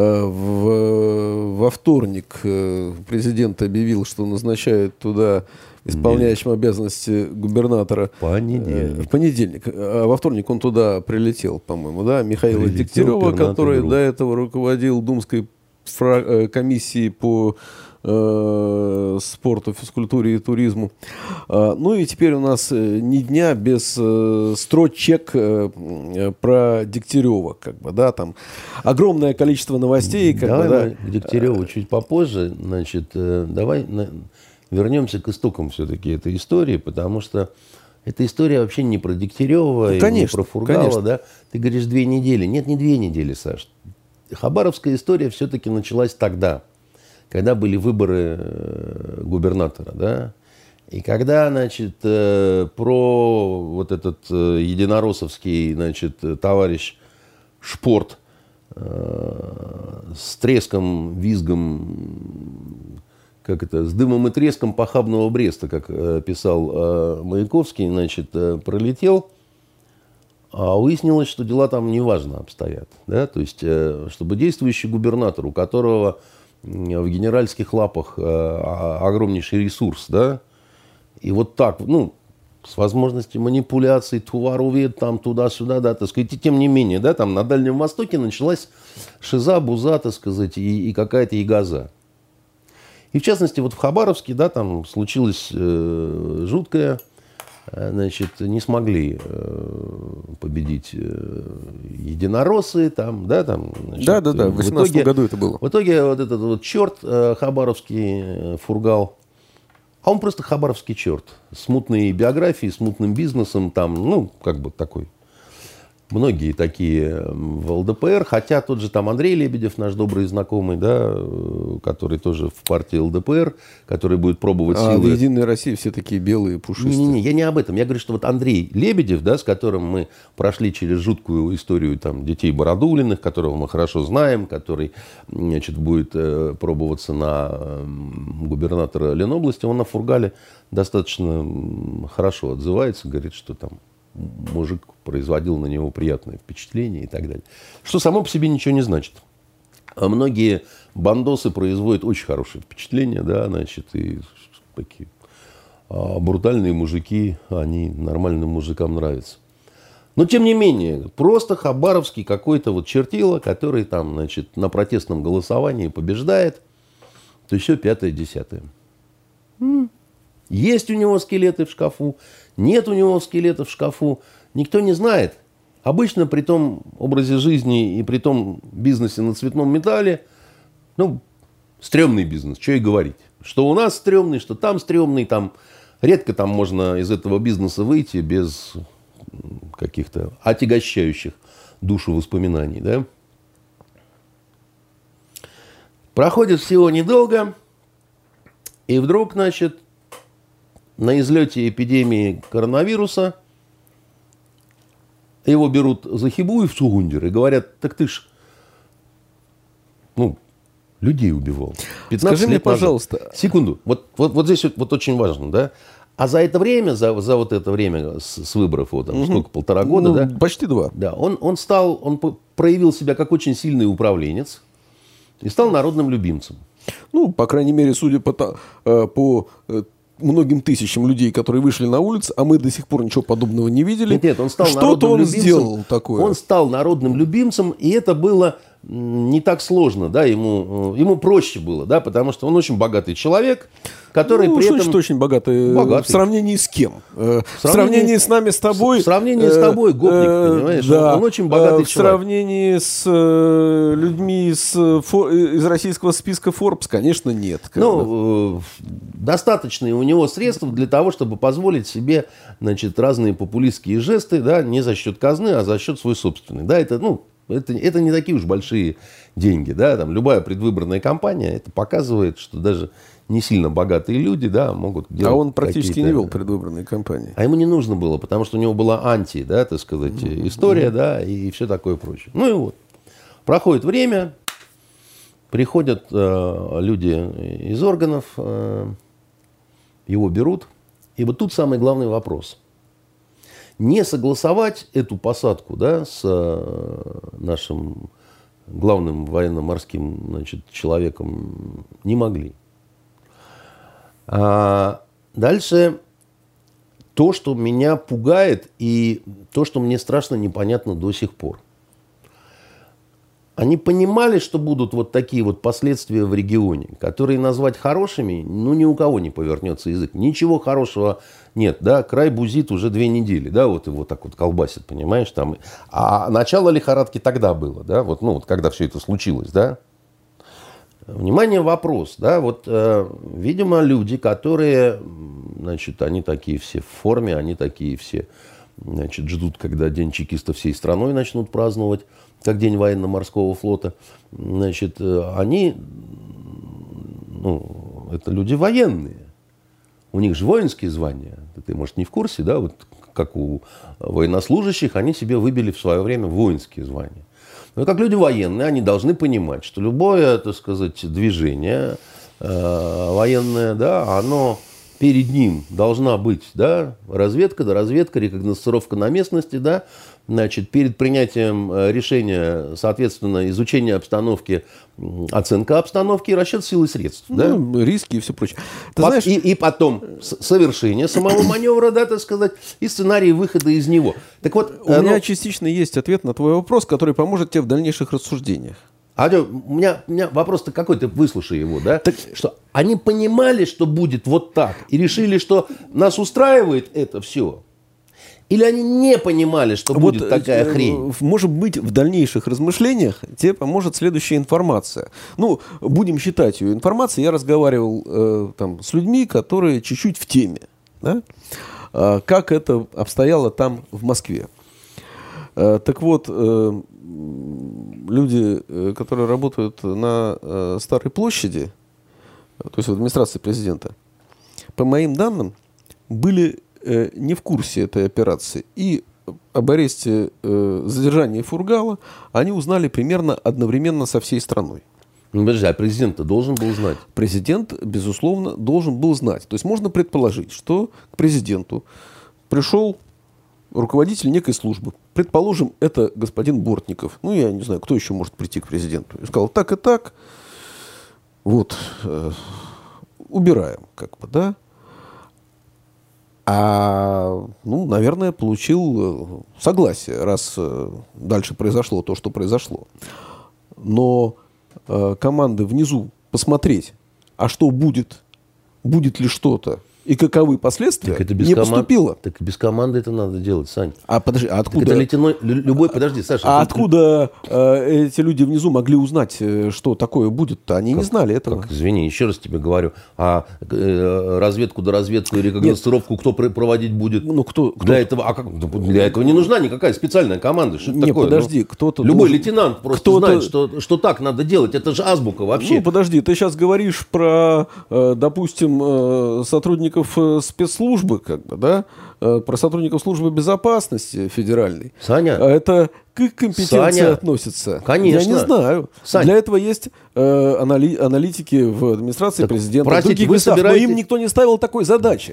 Speaker 1: В, во вторник президент объявил, что назначает туда исполняющим обязанности губернатора.
Speaker 2: Понедельник.
Speaker 1: В понедельник. А во вторник он туда прилетел, по-моему, да, Михаила прилетел, Дегтярева, который до этого руководил Думской комиссией по э, спорту, физкультуре и туризму. А, ну и теперь у нас ни дня без э, строчек э, про Дегтярева, как бы, да, там огромное количество новостей. Как
Speaker 2: давай
Speaker 1: бы, да.
Speaker 2: К Дегтяреву чуть попозже, значит, э, давай на, вернемся к истокам все-таки этой истории, потому что эта история вообще не про Дегтярева, ну, конечно, не про Фургала, конечно. Да? Ты говоришь, две недели. Нет, не две недели, Саш. Хабаровская история все-таки началась тогда, когда были выборы губернатора, да, и когда, значит, про вот этот единороссовский, значит, товарищ Шпорт с треском, визгом, как это, с дымом и треском похабного Бреста, как писал Маяковский, значит, пролетел. А выяснилось, что дела там неважно обстоят. Да? То есть, чтобы действующий губернатор, у которого в генеральских лапах огромнейший ресурс, да, и вот так, ну, с возможностью манипуляций, товаровед, там, туда-сюда, да, так сказать, и тем не менее, да, там на Дальнем Востоке началась шиза, буза, так сказать, и, и какая-то ягоза. И в частности, вот в Хабаровске, да, там случилось э, жуткое. Значит, не смогли э, победить э, единороссы, там, да, там. Значит,
Speaker 1: да, да, да, в восемнадцатом году это было.
Speaker 2: В итоге вот этот вот черт э, хабаровский, э, Фургал, а он просто хабаровский черт. Смутной биографией, смутным бизнесом, там, ну, как бы такой. многие такие в ЛДПР, хотя тот же там Андрей Лебедев, наш добрый знакомый, да, который тоже в партии ЛДПР, который будет пробовать
Speaker 1: а
Speaker 2: силы.
Speaker 1: в «Единой России» все такие белые, пушистые.
Speaker 2: Не-не-не, я не об этом. Я говорю, что вот Андрей Лебедев, да, с которым мы прошли через жуткую историю там, детей Бородулиных, которого мы хорошо знаем, который, значит, будет э, пробоваться на э, губернатора Ленобласти, он на Фургале достаточно хорошо отзывается, говорит, что там мужик производил на него приятное впечатление и так далее. Что само по себе ничего не значит. А многие бандосы производят очень хорошее впечатление, да, значит, и такие а брутальные мужики, они нормальным мужикам нравятся. Но, тем не менее, просто хабаровский какой-то вот чертила, который там, значит, на протестном голосовании побеждает, то еще пятое-десятое. Есть у него скелеты в шкафу, нет у него скелетов в шкафу, никто не знает. Обычно при том образе жизни и при том бизнесе на цветном металле, ну, стрёмный бизнес, что и говорить. Что у нас стрёмный, что там стрёмный, там редко там можно из этого бизнеса выйти без каких-то отягощающих душу воспоминаний, да? Проходит всего недолго, и вдруг, значит, на излете эпидемии коронавируса его берут за хибу и в Цугундер и говорят: так ты ж, ну, людей убивал.
Speaker 1: Скажи мне, пожалуйста.
Speaker 2: Назад. Секунду. Вот, вот, вот здесь вот, вот очень важно, да? А за это время, за, за вот это время с, с выборов, вот, там, угу. сколько, полтора года,
Speaker 1: ну,
Speaker 2: да?
Speaker 1: Почти два.
Speaker 2: Да, он, он стал, он проявил себя как очень сильный управленец и стал народным любимцем.
Speaker 1: Ну, по крайней мере, судя по, по многим тысячам людей, которые вышли на улицу, а мы до сих пор ничего подобного не видели.
Speaker 2: Нет, нет, он стал
Speaker 1: Что-то он
Speaker 2: любимцем,
Speaker 1: сделал такое.
Speaker 2: Он стал народным любимцем, и это было не так сложно, да, ему, ему проще было, да, потому что он очень богатый человек, который
Speaker 1: ну,
Speaker 2: при этом...
Speaker 1: значит, очень богатый.
Speaker 2: богатый.
Speaker 1: В сравнении с кем? В сравнении,
Speaker 2: в сравнении
Speaker 1: с нами, с тобой...
Speaker 2: В сравнении с тобой, гопник, понимаешь?
Speaker 1: Да,
Speaker 2: он, он очень богатый
Speaker 1: в
Speaker 2: человек.
Speaker 1: В сравнении с э, людьми из, из российского списка Forbes, конечно, нет.
Speaker 2: Ну, э, достаточно у него средств для того, чтобы позволить себе, значит, разные популистские жесты, да, не за счет казны, а за счет свой собственный. Да, это, ну, Это, это не такие уж большие деньги, да, там любая предвыборная кампания, это показывает, что даже не сильно богатые люди, да, могут делать.
Speaker 1: А он практически не вел предвыборные кампании.
Speaker 2: А ему не нужно было, потому что у него была анти, да, так сказать, mm-hmm. история, да, и все такое прочее. Ну и вот, проходит время, приходят э, люди из органов, э, его берут, и вот тут самый главный вопрос. Не согласовать эту посадку, да, с э, нашим главным военно-морским, значит, человеком не могли. А дальше то, что меня пугает, и то, что мне страшно непонятно до сих пор. Они понимали, что будут вот такие вот последствия в регионе, которые назвать хорошими, ну, ни у кого не повернется язык. Ничего хорошего нет, да, край бузит уже две недели, да, вот его так вот колбасит, понимаешь, там. А начало лихорадки тогда было, да, вот, ну, вот когда все это случилось, да. Внимание, вопрос, да, вот, э, видимо, люди, которые, значит, они такие все в форме, они такие все, значит, ждут, когда День чекиста всей страной начнут праздновать, как День военно-морского флота, значит, они, ну, это люди военные. У них же воинские звания. Ты, может, не в курсе, да? Вот как у военнослужащих, они себе выбили в свое время воинские звания. Но как люди военные, они должны понимать, что любое, так сказать, движение э, военное, да, оно перед ним должна быть, да, разведка, да, разведка, рекогносцировка на местности, да, значит, перед принятием решения, соответственно, изучение обстановки, оценка обстановки и расчет сил и средств.
Speaker 1: Ну, да? Риски и все прочее. Ты По- знаешь...
Speaker 2: и, и потом совершение самого маневра, да, так сказать, и сценарий выхода из него. Так вот,
Speaker 1: у оно... меня частично есть ответ на твой вопрос, который поможет тебе в дальнейших рассуждениях.
Speaker 2: А у меня, у меня вопрос-то какой, ты выслушай его, да? Так, что они понимали, что будет вот так, и решили, что нас устраивает это все. Или они не понимали, что вот будет такая хрень?
Speaker 1: Может быть, в дальнейших размышлениях тебе поможет следующая информация. Ну, будем считать ее информацией. Я разговаривал э, там, с людьми, которые чуть-чуть в теме. Да? Э, как это обстояло там в Москве. Так вот, люди, которые работают на Старой площади, то есть в администрации президента, по моим данным, были не в курсе этой операции. И об аресте, задержании Фургала они узнали примерно одновременно со всей страной.
Speaker 2: Ну, подожди, а президент-то должен был знать?
Speaker 1: Президент, безусловно, должен был знать. То есть можно предположить, что к президенту пришел руководитель некой службы. Предположим, это господин Бортников. Ну, я не знаю, кто еще может прийти к президенту. И сказал, так и так, вот, э, убираем, как бы, да. А, ну, наверное, получил согласие, раз э, дальше произошло то, что произошло. Но э, команды внизу посмотреть, а что будет, будет ли что-то, и каковы последствия,
Speaker 2: так это без
Speaker 1: не
Speaker 2: команд...
Speaker 1: поступило.
Speaker 2: Так без команды это надо делать, Сань.
Speaker 1: А подожди, а откуда?
Speaker 2: Так это лейтенant... Любой, подожди, Саша.
Speaker 1: А
Speaker 2: это...
Speaker 1: откуда э, эти люди внизу могли узнать, э, что такое будет-то? Они
Speaker 2: как,
Speaker 1: не знали этого.
Speaker 2: Как, извини, еще раз тебе говорю. А э, разведку до разведку и рекогносцировку кто пр- проводить будет?
Speaker 1: Ну, кто, кто...
Speaker 2: Для этого, а как, для этого не нужна никакая специальная команда. Что это
Speaker 1: не,
Speaker 2: такое?
Speaker 1: подожди,
Speaker 2: ну,
Speaker 1: кто-то
Speaker 2: любой
Speaker 1: должен...
Speaker 2: лейтенант просто
Speaker 1: кто-то...
Speaker 2: знает, что, что так надо делать. Это же азбука вообще.
Speaker 1: Ну, подожди, ты сейчас говоришь про, э, допустим, э, сотрудников э, спецслужбы, как бы, да, э, про сотрудников службы безопасности федеральной.
Speaker 2: Саня.
Speaker 1: Это к их компетенции
Speaker 2: Саня,
Speaker 1: относится.
Speaker 2: конечно.
Speaker 1: Я не знаю.
Speaker 2: Сань.
Speaker 1: Для этого есть э, анали- аналитики в администрации
Speaker 2: Так,
Speaker 1: президента.
Speaker 2: простите,
Speaker 1: в других
Speaker 2: вы
Speaker 1: местах,
Speaker 2: собираете...
Speaker 1: но им никто не ставил такой задачи.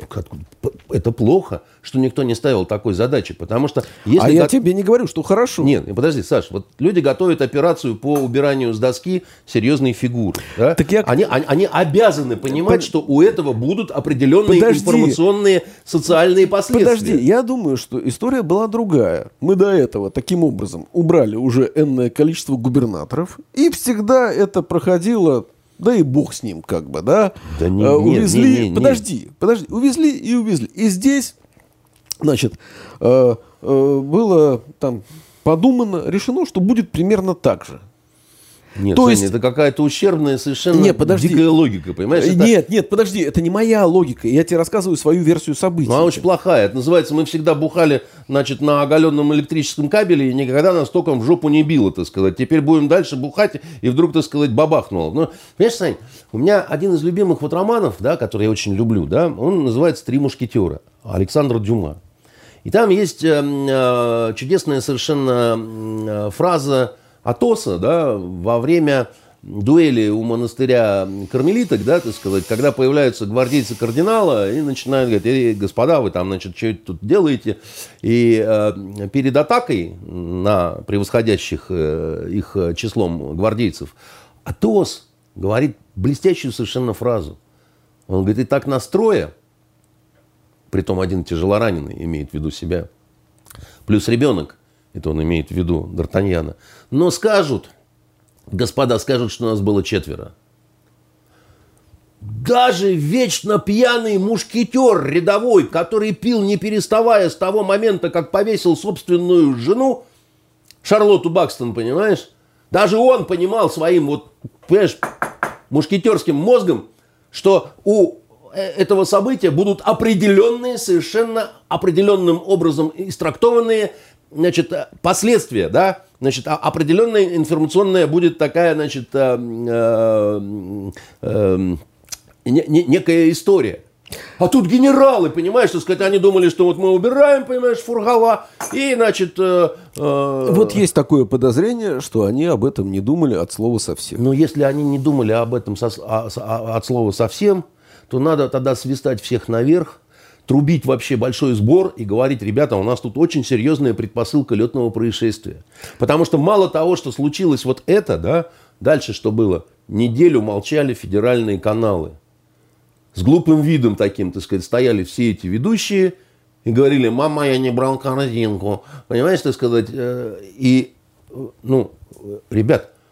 Speaker 2: Это плохо, что никто не ставил такой задачи, потому что... Если
Speaker 1: а я
Speaker 2: го...
Speaker 1: тебе не говорю, что хорошо.
Speaker 2: Нет, подожди, Саш, вот люди готовят операцию по убиранию с доски серьезной фигуры. Да?
Speaker 1: Так я...
Speaker 2: они, они, они обязаны понимать,
Speaker 1: Под...
Speaker 2: что у этого будут определенные
Speaker 1: Подожди.
Speaker 2: информационные, социальные последствия.
Speaker 1: Подожди, я думаю, что история была другая. Мы до этого таким образом убрали уже энное количество губернаторов, и всегда это проходило... Да и бог с ним, как бы, да.
Speaker 2: Да не,
Speaker 1: uh,
Speaker 2: нет,
Speaker 1: увезли,
Speaker 2: не, не, не.
Speaker 1: подожди, подожди, увезли и увезли. И здесь, значит, uh, uh, было там подумано, решено, что будет примерно так же.
Speaker 2: Нет,
Speaker 1: То
Speaker 2: Саня,
Speaker 1: есть...
Speaker 2: это какая-то ущербная, совершенно
Speaker 1: нет, подожди.
Speaker 2: дикая логика, понимаешь? Это...
Speaker 1: Нет, нет, подожди, это не моя логика. Я тебе рассказываю свою версию событий.
Speaker 2: Ну, она очень плохая. Это называется, мы всегда бухали, значит, на оголенном электрическом кабеле, и никогда нас током в жопу не било, так сказать. Теперь будем дальше бухать, и вдруг, так сказать, бабахнуло. Ну, понимаешь, Сань, у меня один из любимых вот романов, да, который я очень люблю, да, он называется «Три мушкетера» Александра Дюма. И там есть э, э, чудесная совершенно э, фраза Атоса, да, во время дуэли у монастыря кармелиток, да, так сказать, когда появляются гвардейцы кардинала и начинают говорить: эй, господа, вы там, значит, что это тут делаете? И э, перед атакой на превосходящих э, их числом гвардейцев Атос говорит блестящую совершенно фразу. Он говорит: и так настроя, притом один тяжелораненый имеет в виду себя, плюс ребенок, это он имеет в виду Д'Артаньяна, но скажут, господа, скажут, что нас было четверо. Даже вечно пьяный мушкетер рядовой, который пил не переставая с того момента, как повесил собственную жену, Шарлотту Бакстон, понимаешь? Даже он понимал своим, вот, понимаешь, мушкетерским мозгом, что у этого события будут определенные, совершенно определенным образом истрактованные, значит, последствия, да, значит, определенная информационная будет такая, значит, э, э, э, не, не, некая история. А тут генералы, понимаешь, так сказать, они думали, что вот мы убираем, понимаешь, Фургала, и, значит... Э, э...
Speaker 1: Вот есть такое подозрение, что они об этом не думали от слова совсем.
Speaker 2: Но если они не думали об этом со, а, а, от слова совсем, то надо тогда свистать всех наверх, трубить вообще большой сбор и говорить: ребята, у нас тут очень серьезная предпосылка летного происшествия. Потому что мало того, что случилось вот это, да, дальше что было? Неделю молчали федеральные каналы. С глупым видом таким, так сказать, стояли все эти ведущие и говорили: мама, я не брал корзинку. Понимаешь, так сказать? И, ну, ребят,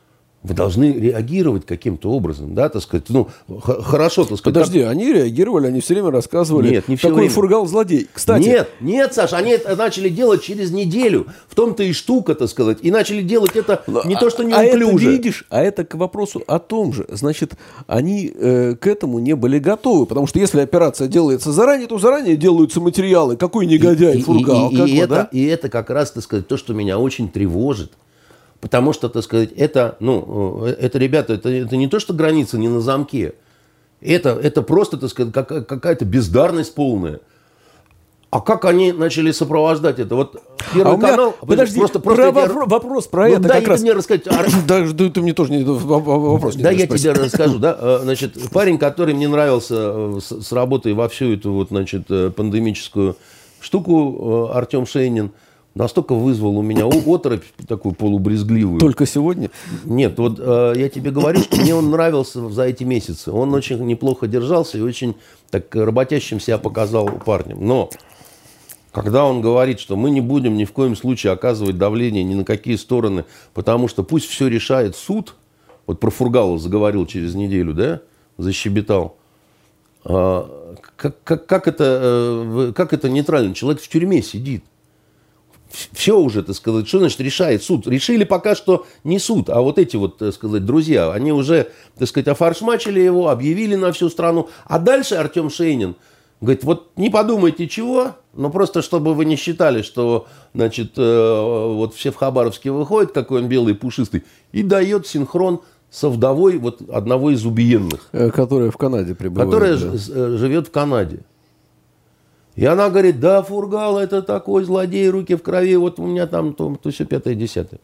Speaker 2: вы должны реагировать каким-то образом, да, так сказать, ну, х- хорошо, так сказать.
Speaker 1: Подожди,
Speaker 2: как...
Speaker 1: они реагировали, они все время рассказывали,
Speaker 2: нет, не все
Speaker 1: какой
Speaker 2: время.
Speaker 1: Фургал злодей. Кстати,
Speaker 2: нет, нет, Саша, они это начали делать через неделю, в том-то и штука, так сказать, и начали делать это не
Speaker 1: а,
Speaker 2: то, что
Speaker 1: а это,
Speaker 2: неуклюже.
Speaker 1: видишь, а это к вопросу о том же, значит, они э, к этому не были готовы, потому что если операция делается заранее, то заранее делаются материалы, какой негодяй
Speaker 2: и,
Speaker 1: Фургал.
Speaker 2: И, и,
Speaker 1: как
Speaker 2: и,
Speaker 1: бы,
Speaker 2: это,
Speaker 1: да?
Speaker 2: и это как раз, так сказать, то, что меня очень тревожит. Потому что, так сказать, это, ну, это, ребята, это, это не то, что граница не на замке. Это, это просто, так сказать, как, какая-то бездарность полная. А как они начали сопровождать это? Вот Первый
Speaker 1: а меня,
Speaker 2: канал...
Speaker 1: Подожди,
Speaker 2: просто,
Speaker 1: про
Speaker 2: просто
Speaker 1: вопро-
Speaker 2: я...
Speaker 1: вопрос про
Speaker 2: ну,
Speaker 1: это
Speaker 2: дай
Speaker 1: как раз...
Speaker 2: мне рассказать.
Speaker 1: Да, да, ты мне тоже не, вопрос не
Speaker 2: Да, я
Speaker 1: спросить.
Speaker 2: тебе расскажу. Да? Значит, парень, который мне нравился с, с работой во всю эту вот, значит, пандемическую штуку, Артем Шейнин, настолько вызвал у меня оторопь такую полубрезгливую.
Speaker 1: Только сегодня?
Speaker 2: Нет, вот э, я тебе говорю, что мне он нравился за эти месяцы. Он очень неплохо держался и очень так работящим себя показал парнем. Но когда он говорит, что мы не будем ни в коем случае оказывать давление ни на какие стороны, потому что пусть все решает суд, вот про Фургала заговорил через неделю, да, защебетал. А, как, как, как, это, как это нейтрально? Человек в тюрьме сидит. Все уже, так сказать, что значит решает суд? Решили пока что не суд, а вот эти вот, так сказать, друзья. Они уже, так сказать, офаршмачили его, объявили на всю страну. А дальше Артем Шейнин говорит, вот не подумайте чего, но просто чтобы вы не считали, что, значит, вот все в Хабаровске выходят, какой он белый пушистый, и дает синхрон со вдовой вот одного из убиенных.
Speaker 1: Которая в Канаде пребывает.
Speaker 2: Которая
Speaker 1: да.
Speaker 2: живет в Канаде. И она говорит, да, Фургал, это такой злодей, руки в крови, вот у меня там то, то все пятое, десятое.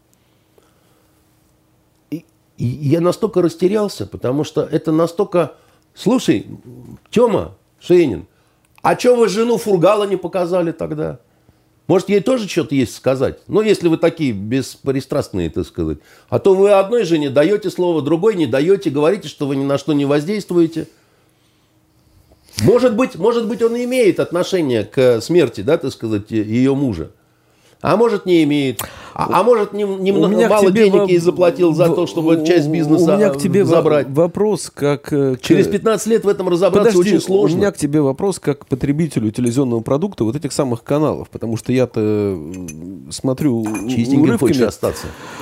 Speaker 2: И, и я настолько растерялся, потому что это настолько... Слушай, Тёма Шейнин, а что вы жену Фургала не показали тогда? Может, ей тоже что-то есть сказать? Ну, если вы такие беспристрастные, так сказать. А то вы одной жене даете слово, другой не даете, говорите, что вы ни на что не воздействуете. Может быть, может быть, он имеет отношение к смерти, да, так сказать, ее мужа. А может, не имеет. А, а может, немного не мало денег в... ей заплатил за то, чтобы часть бизнеса
Speaker 1: у меня к тебе
Speaker 2: забрать.
Speaker 1: Вопрос, как...
Speaker 2: Через пятнадцать лет в этом разобраться Подожди, очень сложно.
Speaker 1: У меня к тебе вопрос, как к потребителю телевизионного продукта вот этих самых каналов. Потому что я-то смотрю
Speaker 2: чистенько хочешь остаться.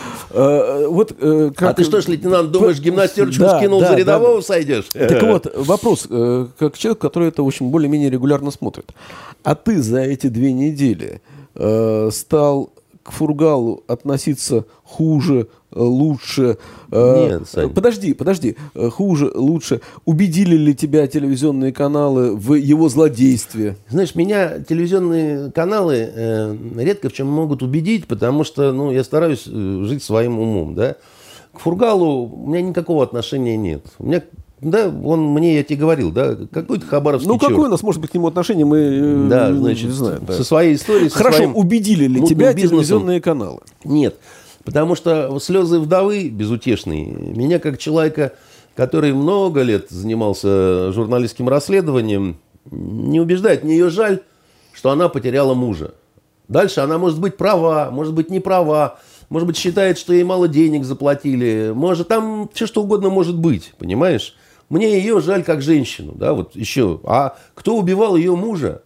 Speaker 1: Uh, вот, uh, как...
Speaker 2: А ты что ж, лейтенант, думаешь, гимнастерочку да, скинул
Speaker 1: да,
Speaker 2: за рядового
Speaker 1: да.
Speaker 2: сойдешь?
Speaker 1: Так вот, вопрос, uh, как человек, который это, в общем, более-менее регулярно смотрит. А ты за эти две недели uh, стал к Фургалу относиться хуже, лучше?
Speaker 2: Нет, Сань.
Speaker 1: Подожди, подожди. Хуже, лучше. Убедили ли тебя телевизионные каналы в его злодействе?
Speaker 2: Знаешь, меня телевизионные каналы э, редко в чем могут убедить, потому что ну, я стараюсь жить своим умом. Да? К Фургалу у меня никакого отношения нет. У меня... Да, он мне, я тебе говорил, да, какой-то хабаровский
Speaker 1: Ну,
Speaker 2: черт.
Speaker 1: какое у нас может быть к нему отношение, мы
Speaker 2: да,
Speaker 1: не
Speaker 2: значит,
Speaker 1: знаем. Да.
Speaker 2: Со своей историей, со
Speaker 1: Хорошо,
Speaker 2: своим
Speaker 1: убедили ли тебя телевизионные каналы?
Speaker 2: Нет, потому что слезы вдовы безутешные. Меня, как человека, который много лет занимался журналистским расследованием, не убеждает, мне ее жаль, что она потеряла мужа. Дальше она может быть права, может быть не права. Может быть, считает, что ей мало денег заплатили. Может, там все что угодно может быть, понимаешь? Мне ее жаль как женщину, да, вот еще. А кто убивал ее мужа?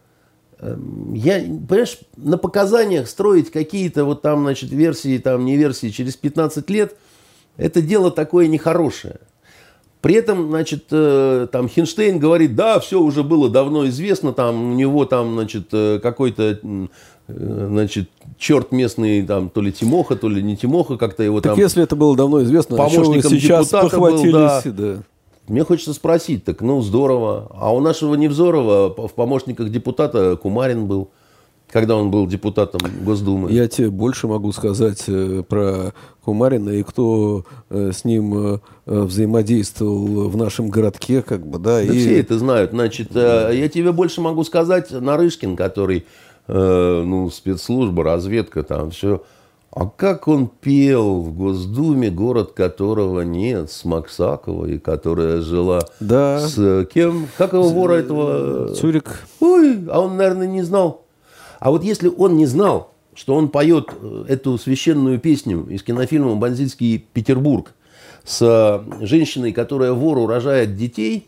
Speaker 2: Я, понимаешь, на показаниях строить какие-то вот там, значит, версии, там, не версии через пятнадцать лет, это дело такое нехорошее. При этом, значит, там Хинштейн говорит, да, все уже было давно известно, там у него там, значит, какой-то, значит, черт местный, там, то ли Тимоха, то ли не Тимоха, как-то его
Speaker 1: так
Speaker 2: там...
Speaker 1: Так если это было давно известно,
Speaker 2: помощником
Speaker 1: сейчас
Speaker 2: депутата был, да.
Speaker 1: да.
Speaker 2: Мне хочется спросить, так, ну, здорово. А у нашего Невзорова в помощниках депутата Кумарин был, когда он был депутатом Госдумы.
Speaker 1: Я тебе больше могу сказать э, про Кумарина и кто э, с ним э, взаимодействовал в нашем городке, как бы, да.
Speaker 2: Да
Speaker 1: и...
Speaker 2: все это знают. Значит, э, я тебе больше могу сказать, Нарышкин, который, э, ну, спецслужба, разведка, там все. А как он пел в Госдуме, город которого нет, с Максаковой, которая жила
Speaker 1: да.
Speaker 2: с кем? Как его вора этого?
Speaker 1: Цурик.
Speaker 2: Ой, а он, наверное, не знал. А вот если он не знал, что он поет эту священную песню из кинофильма «Бандитский Петербург», с женщиной, которая вору рожает детей,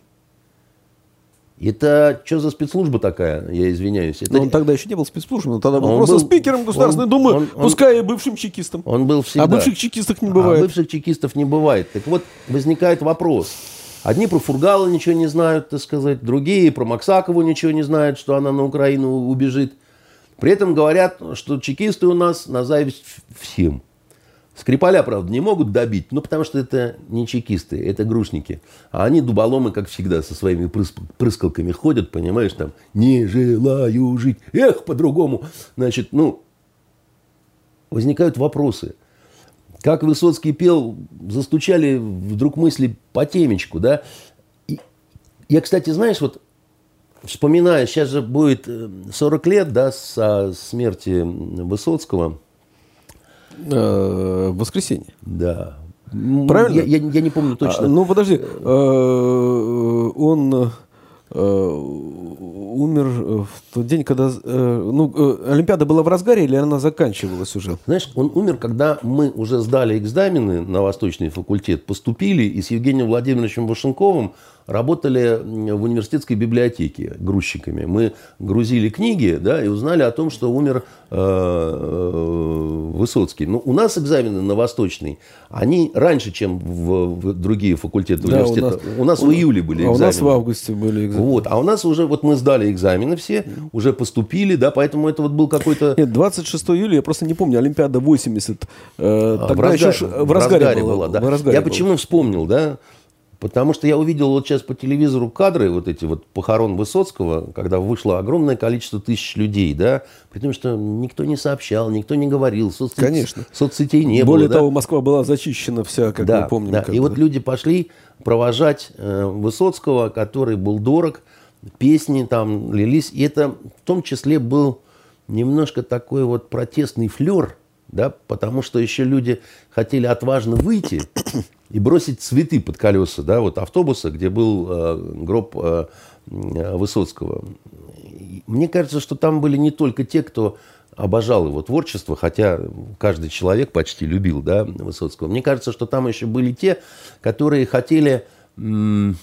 Speaker 2: это что за спецслужба такая, я извиняюсь. Это...
Speaker 1: Но он тогда еще не был спецслужбой, он тогда был
Speaker 2: он
Speaker 1: просто
Speaker 2: был,
Speaker 1: спикером Государственной
Speaker 2: он,
Speaker 1: Думы,
Speaker 2: он,
Speaker 1: пускай и бывшим чекистом.
Speaker 2: Он был всегда.
Speaker 1: А бывших чекистов не бывает.
Speaker 2: А бывших чекистов не бывает. Так вот, возникает вопрос. Одни про Фургала ничего не знают, так сказать, другие про Максакову ничего не знают, что она на Украину убежит. При этом говорят, что чекисты у нас на зависть всем. Скрипаля, правда, не могут добить, ну, потому что это не чекисты, это грушники. А они дуболомы, как всегда, со своими прыс- прыскалками ходят, понимаешь, там, не желаю жить, эх, по-другому. Значит, ну, возникают вопросы. Как Высоцкий пел, застучали вдруг мысли по темечку, да. И я, кстати, знаешь, вот, вспоминая, сейчас же будет сорок лет, да, со смерти Высоцкого.
Speaker 1: В воскресенье.
Speaker 2: Да.
Speaker 1: Правильно?
Speaker 2: Я, я, я не помню точно.
Speaker 1: А, ну, подожди. Он умер в тот день, когда... Ну, Олимпиада была в разгаре или она заканчивалась уже?
Speaker 2: Знаешь, он умер, когда мы уже сдали экзамены на Восточный факультет, поступили и с Евгением Владимировичем Вашенковым работали в университетской библиотеке грузчиками. Мы грузили книги, да, и узнали о том, что умер э, Высоцкий. Но у нас экзамены на Восточный, они раньше, чем в, в другие факультеты
Speaker 1: да,
Speaker 2: университета. У нас,
Speaker 1: у нас
Speaker 2: в июле были экзамены.
Speaker 1: А у нас в августе были экзамены.
Speaker 2: Вот, а у нас уже, вот мы сдали экзамены все, уже поступили, да, поэтому это вот был какой-то...
Speaker 1: Нет, двадцать шестого июля, я просто не помню, Олимпиада восемьдесят. Э,
Speaker 2: а,
Speaker 1: тогда
Speaker 2: в, разгар,
Speaker 1: еще
Speaker 2: в,
Speaker 1: в разгаре,
Speaker 2: разгаре
Speaker 1: была.
Speaker 2: была, да.
Speaker 1: В разгаре
Speaker 2: я
Speaker 1: была.
Speaker 2: Почему вспомнил, да? Потому что я увидел вот сейчас по телевизору кадры вот эти вот похорон Высоцкого, когда вышло огромное количество тысяч людей, да, при том, что никто не сообщал, никто не говорил, соцсетей,
Speaker 1: Конечно.
Speaker 2: соцсетей не
Speaker 1: Более
Speaker 2: было.
Speaker 1: того,
Speaker 2: да?
Speaker 1: Москва была зачищена вся, как
Speaker 2: да,
Speaker 1: мы помним.
Speaker 2: Да. И вот люди пошли провожать э, Высоцкого, который был дорог, песни там лились, и это в том числе был немножко такой вот протестный флер, да, потому что еще люди хотели отважно выйти и бросить цветы под колеса, да, вот автобуса, где был э, гроб э, Высоцкого. Мне кажется, что там были не только те, кто обожал его творчество, хотя каждый человек почти любил, да, Высоцкого. Мне кажется, что там еще были те, которые хотели м-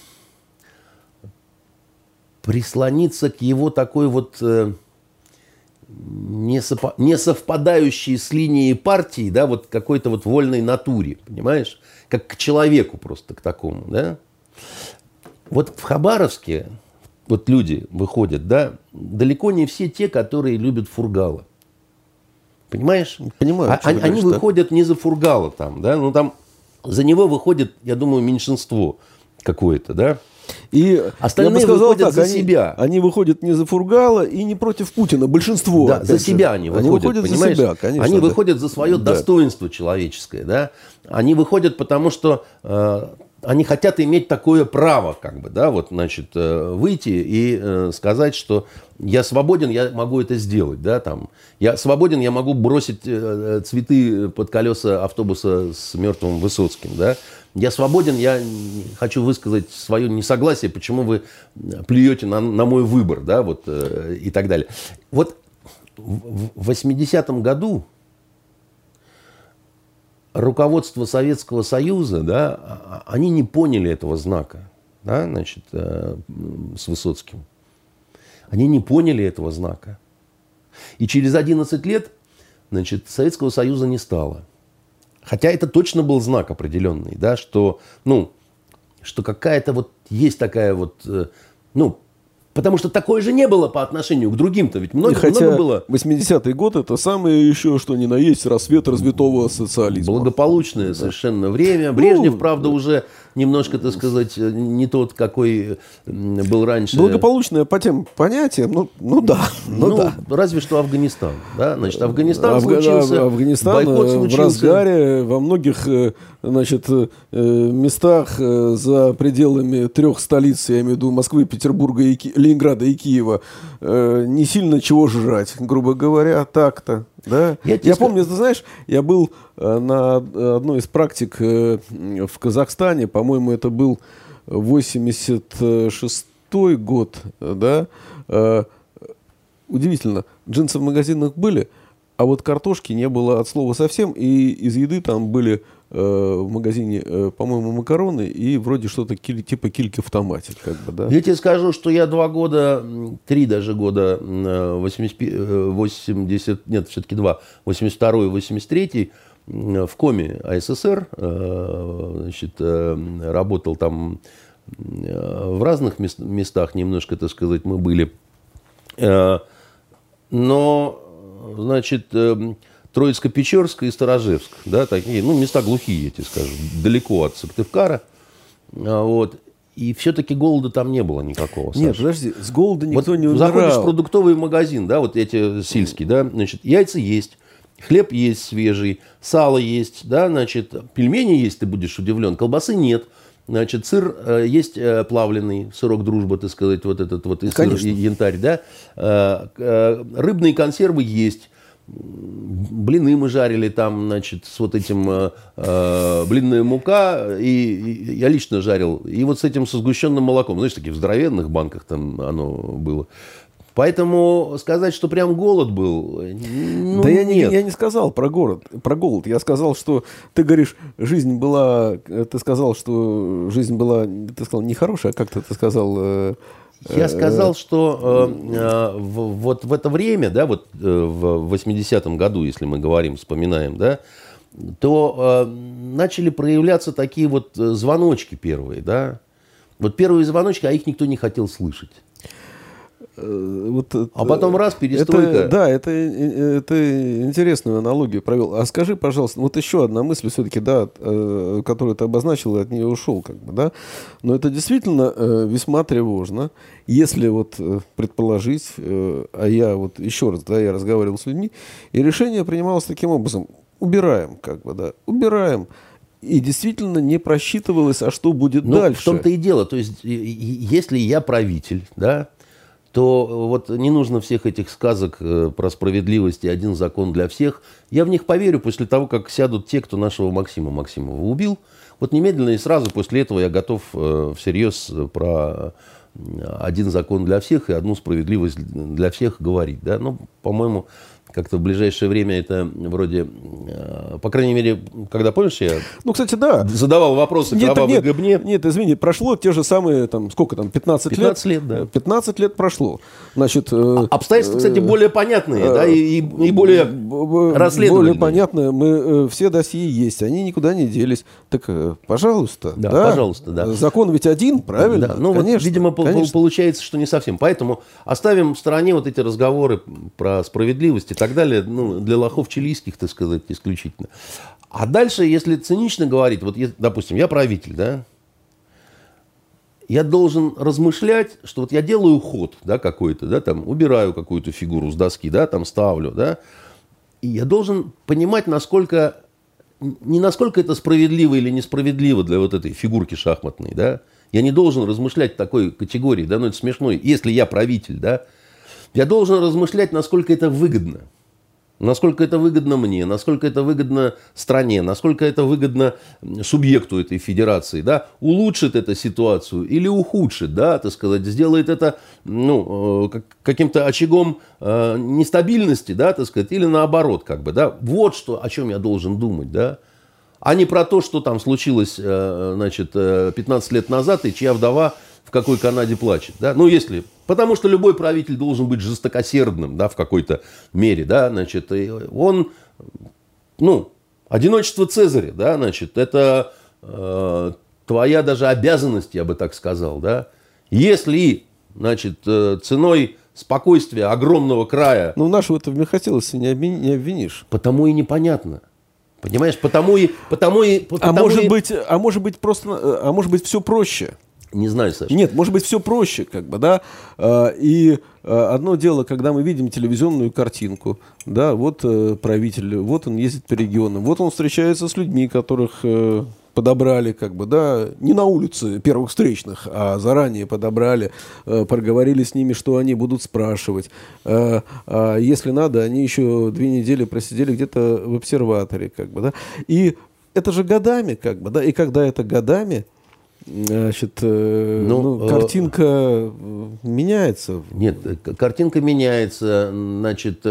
Speaker 2: прислониться к его такой вот... Э, Не, сопо- не совпадающие с линией партии, да, вот какой-то вот вольной натуре, понимаешь? Как к человеку просто, к такому, да? Вот в Хабаровске вот люди выходят, да, далеко не все те, которые любят Фургала. Понимаешь?
Speaker 1: Понимаю.
Speaker 2: А, они
Speaker 1: говоришь,
Speaker 2: выходят
Speaker 1: да?
Speaker 2: не за Фургала там, да, ну там за него выходит, я думаю, меньшинство какое-то, да?
Speaker 1: И
Speaker 2: остальные
Speaker 1: я бы сказал
Speaker 2: выходят
Speaker 1: так,
Speaker 2: за
Speaker 1: они,
Speaker 2: себя.
Speaker 1: Они выходят не за Фургала и не против Путина. Большинство.
Speaker 2: Да, за себя
Speaker 1: же.
Speaker 2: они выходят,
Speaker 1: они выходят
Speaker 2: понимаешь?
Speaker 1: За себя, конечно,
Speaker 2: они
Speaker 1: да.
Speaker 2: выходят за свое
Speaker 1: да.
Speaker 2: достоинство человеческое. Да? Они выходят, потому что э, они хотят иметь такое право, как бы, да, вот, значит, э, выйти и э, сказать, что я свободен, я могу это сделать. Да, там. Я свободен, я могу бросить э, цветы под колеса автобуса с мертвым Высоцким. Да? Я свободен, я хочу высказать свое несогласие, почему вы плюете на, на мой выбор, да, вот, э, и так далее. Вот в восьмидесятом году руководство Советского Союза, да, они не поняли этого знака, да, значит, э, с Высоцким. Они не поняли этого знака. И через одиннадцать лет, значит, Советского Союза не стало. Хотя это точно был знак определенный, да, что, ну, что какая-то вот есть такая вот, э, ну, потому что такое же не было по отношению к другим-то, ведь много,
Speaker 1: хотя
Speaker 2: много было.
Speaker 1: восьмидесятый год это самое еще, что ни на есть, рассвет развитого социализма.
Speaker 2: Благополучное да. совершенно время. Брежнев, ну, правда, уже немножко, так сказать, не тот, какой был раньше.
Speaker 1: Благополучное по тем понятиям, ну, ну да. Ну,
Speaker 2: ну
Speaker 1: да.
Speaker 2: Разве что Афганистан. Да? Значит, Афганистан
Speaker 1: Афга...
Speaker 2: случился,
Speaker 1: Афганистан
Speaker 2: бойкот случился.
Speaker 1: В разгаре, во многих, значит, местах за пределами трех столиц, я имею в виду Москвы, Петербурга, и Ки... Ленинграда и Киева, не сильно чего жрать, грубо говоря, так-то. Да? Я, я помню, ты знаешь, я был на одной из практик в Казахстане, по-моему, это был восемьдесят шестой год, да, удивительно, джинсы в магазинах были, а вот картошки не было от слова совсем, и из еды там были в магазине, по-моему, макароны и вроде что-то типа кильки в томате. Как бы, да?
Speaker 2: Я тебе скажу, что я два года, три даже года, восемьдесят, восемьдесят, нет, все-таки два, восемьдесят второй, восемьдесят третий в Коме АССР, значит, работал там в разных местах, немножко, так сказать, мы были. Но, значит, Троицко-Печорск и Сторожевск, да, такие, ну, места глухие, я тебе скажу, далеко от Сыктывкара, вот. И все-таки голода там не было никакого, Саша.
Speaker 1: Нет, подожди, с голода никто
Speaker 2: вот
Speaker 1: не умирал.
Speaker 2: Заходишь в продуктовый магазин, да, вот эти сельские, да, значит, яйца есть, хлеб есть свежий, сало есть, да, значит, пельмени есть, ты будешь удивлен, колбасы нет, значит, сыр э, есть э, плавленый, сырок дружба, так сказать, вот этот вот, и сыр, и янтарь, да, э, э, рыбные консервы есть. Блины мы жарили там, значит, с вот этим э, э, блинная мука, и, и я лично жарил, и вот с этим со сгущенным молоком, знаешь, таких в здоровенных банках там оно было. Поэтому сказать, что прям голод был, ну,
Speaker 1: да я
Speaker 2: нет.
Speaker 1: Не, я не сказал про город, про голод. Я сказал, что ты говоришь, жизнь была, ты сказал, что жизнь была, ты сказал, нехорошая, а как-то ты сказал... Э,
Speaker 2: Я сказал, что э, э, в, вот в это время, да, вот э, в восьмидесятом году, если мы говорим, вспоминаем, да, то э, начали проявляться такие вот звоночки первые, да. Вот первые звоночки, а их никто не хотел слышать.
Speaker 1: Вот,
Speaker 2: а потом раз, перестройка.
Speaker 1: Это, да, это, это интересную аналогию провел. А скажи, пожалуйста, вот еще одна мысль все-таки, да, которую ты обозначил, и от нее ушел, как бы, да. Но это действительно весьма тревожно, если вот предположить, а я вот еще раз, да, я разговаривал с людьми, и решение принималось таким образом: убираем, как бы, да, убираем. И действительно не просчитывалось, а что будет
Speaker 2: ну,
Speaker 1: дальше.
Speaker 2: В том-то и дело. То есть, если я правитель, да, то вот не нужно всех этих сказок про справедливость и один закон для всех. Я в них поверю после того, как сядут те, кто нашего Максима Максимова убил. Вот немедленно и сразу после этого я готов всерьез про один закон для всех и одну справедливость для всех говорить. Да? Ну, по-моему, как-то в ближайшее время это вроде, по крайней мере, когда, помнишь, я
Speaker 1: ну, кстати, да.
Speaker 2: задавал вопросы
Speaker 1: нет,
Speaker 2: кровавой
Speaker 1: нет,
Speaker 2: гыбне.
Speaker 1: Нет, извини, прошло те же самые, там, сколько там, пятнадцать лет?
Speaker 2: пятнадцать лет, да.
Speaker 1: пятнадцать лет прошло. Значит,
Speaker 2: э, обстоятельства, кстати, более понятные, э, да, и, и более э, расследовательные.
Speaker 1: Более понятные. Мы, э, все досье есть, они никуда не делись. Так, э, пожалуйста.
Speaker 2: Да,
Speaker 1: да,
Speaker 2: пожалуйста, да.
Speaker 1: Закон ведь один, правильно?
Speaker 2: Да, ну,
Speaker 1: конечно,
Speaker 2: вот, видимо,
Speaker 1: конечно.
Speaker 2: получается, что не совсем. Поэтому оставим в стороне вот эти разговоры про справедливость и так далее, ну, для лохов чилийских, так сказать, исключительно. А дальше, если цинично говорить, вот, допустим, я правитель, да, я должен размышлять, что вот я делаю ход, да, какой-то, да, там, убираю какую-то фигуру с доски, да, там, ставлю, да, и я должен понимать, насколько, не насколько это справедливо или несправедливо для вот этой фигурки шахматной, да, я не должен размышлять в такой категории, да, ну, это смешно, если я правитель, да, я должен размышлять, насколько это выгодно. Насколько это выгодно мне, насколько это выгодно стране, насколько это выгодно субъекту этой федерации, да, улучшит эту ситуацию или ухудшит, да, так сказать, сделает это, ну, каким-то очагом э, нестабильности, да, так сказать, или наоборот, как бы, да, вот что, о чем я должен думать, да, а не про то, что там случилось, э, значит, пятнадцать лет назад и чья вдова в какой Канаде плачет, да, ну, если... Потому что любой правитель должен быть жестокосердным, да, в какой-то мере, да, значит, он, ну, одиночество Цезаря, да, значит, это э, твоя даже обязанность, я бы так сказал, да, если, значит, э, ценой спокойствия огромного края...
Speaker 1: Ну, нашего-то в мягкотелости не обвинишь.
Speaker 2: Потому и непонятно. Понимаешь, потому и... Потому и потому
Speaker 1: а, может
Speaker 2: и...
Speaker 1: быть, а может быть просто, а может быть все проще.
Speaker 2: Не знаю, Саша.
Speaker 1: Нет, может быть, все проще, как бы, да. И одно дело, когда мы видим телевизионную картинку, да, вот правитель, вот он ездит по регионам, вот он встречается с людьми, которых подобрали, как бы, да, не на улице первых встречных, а заранее подобрали, проговорили с ними, что они будут спрашивать. А если надо, они еще две недели просидели где-то в обсерваторе, как бы, да. И это же годами, как бы, да, и когда это годами, значит, ну, ну, картинка э, меняется.
Speaker 2: Нет, картинка меняется, значит,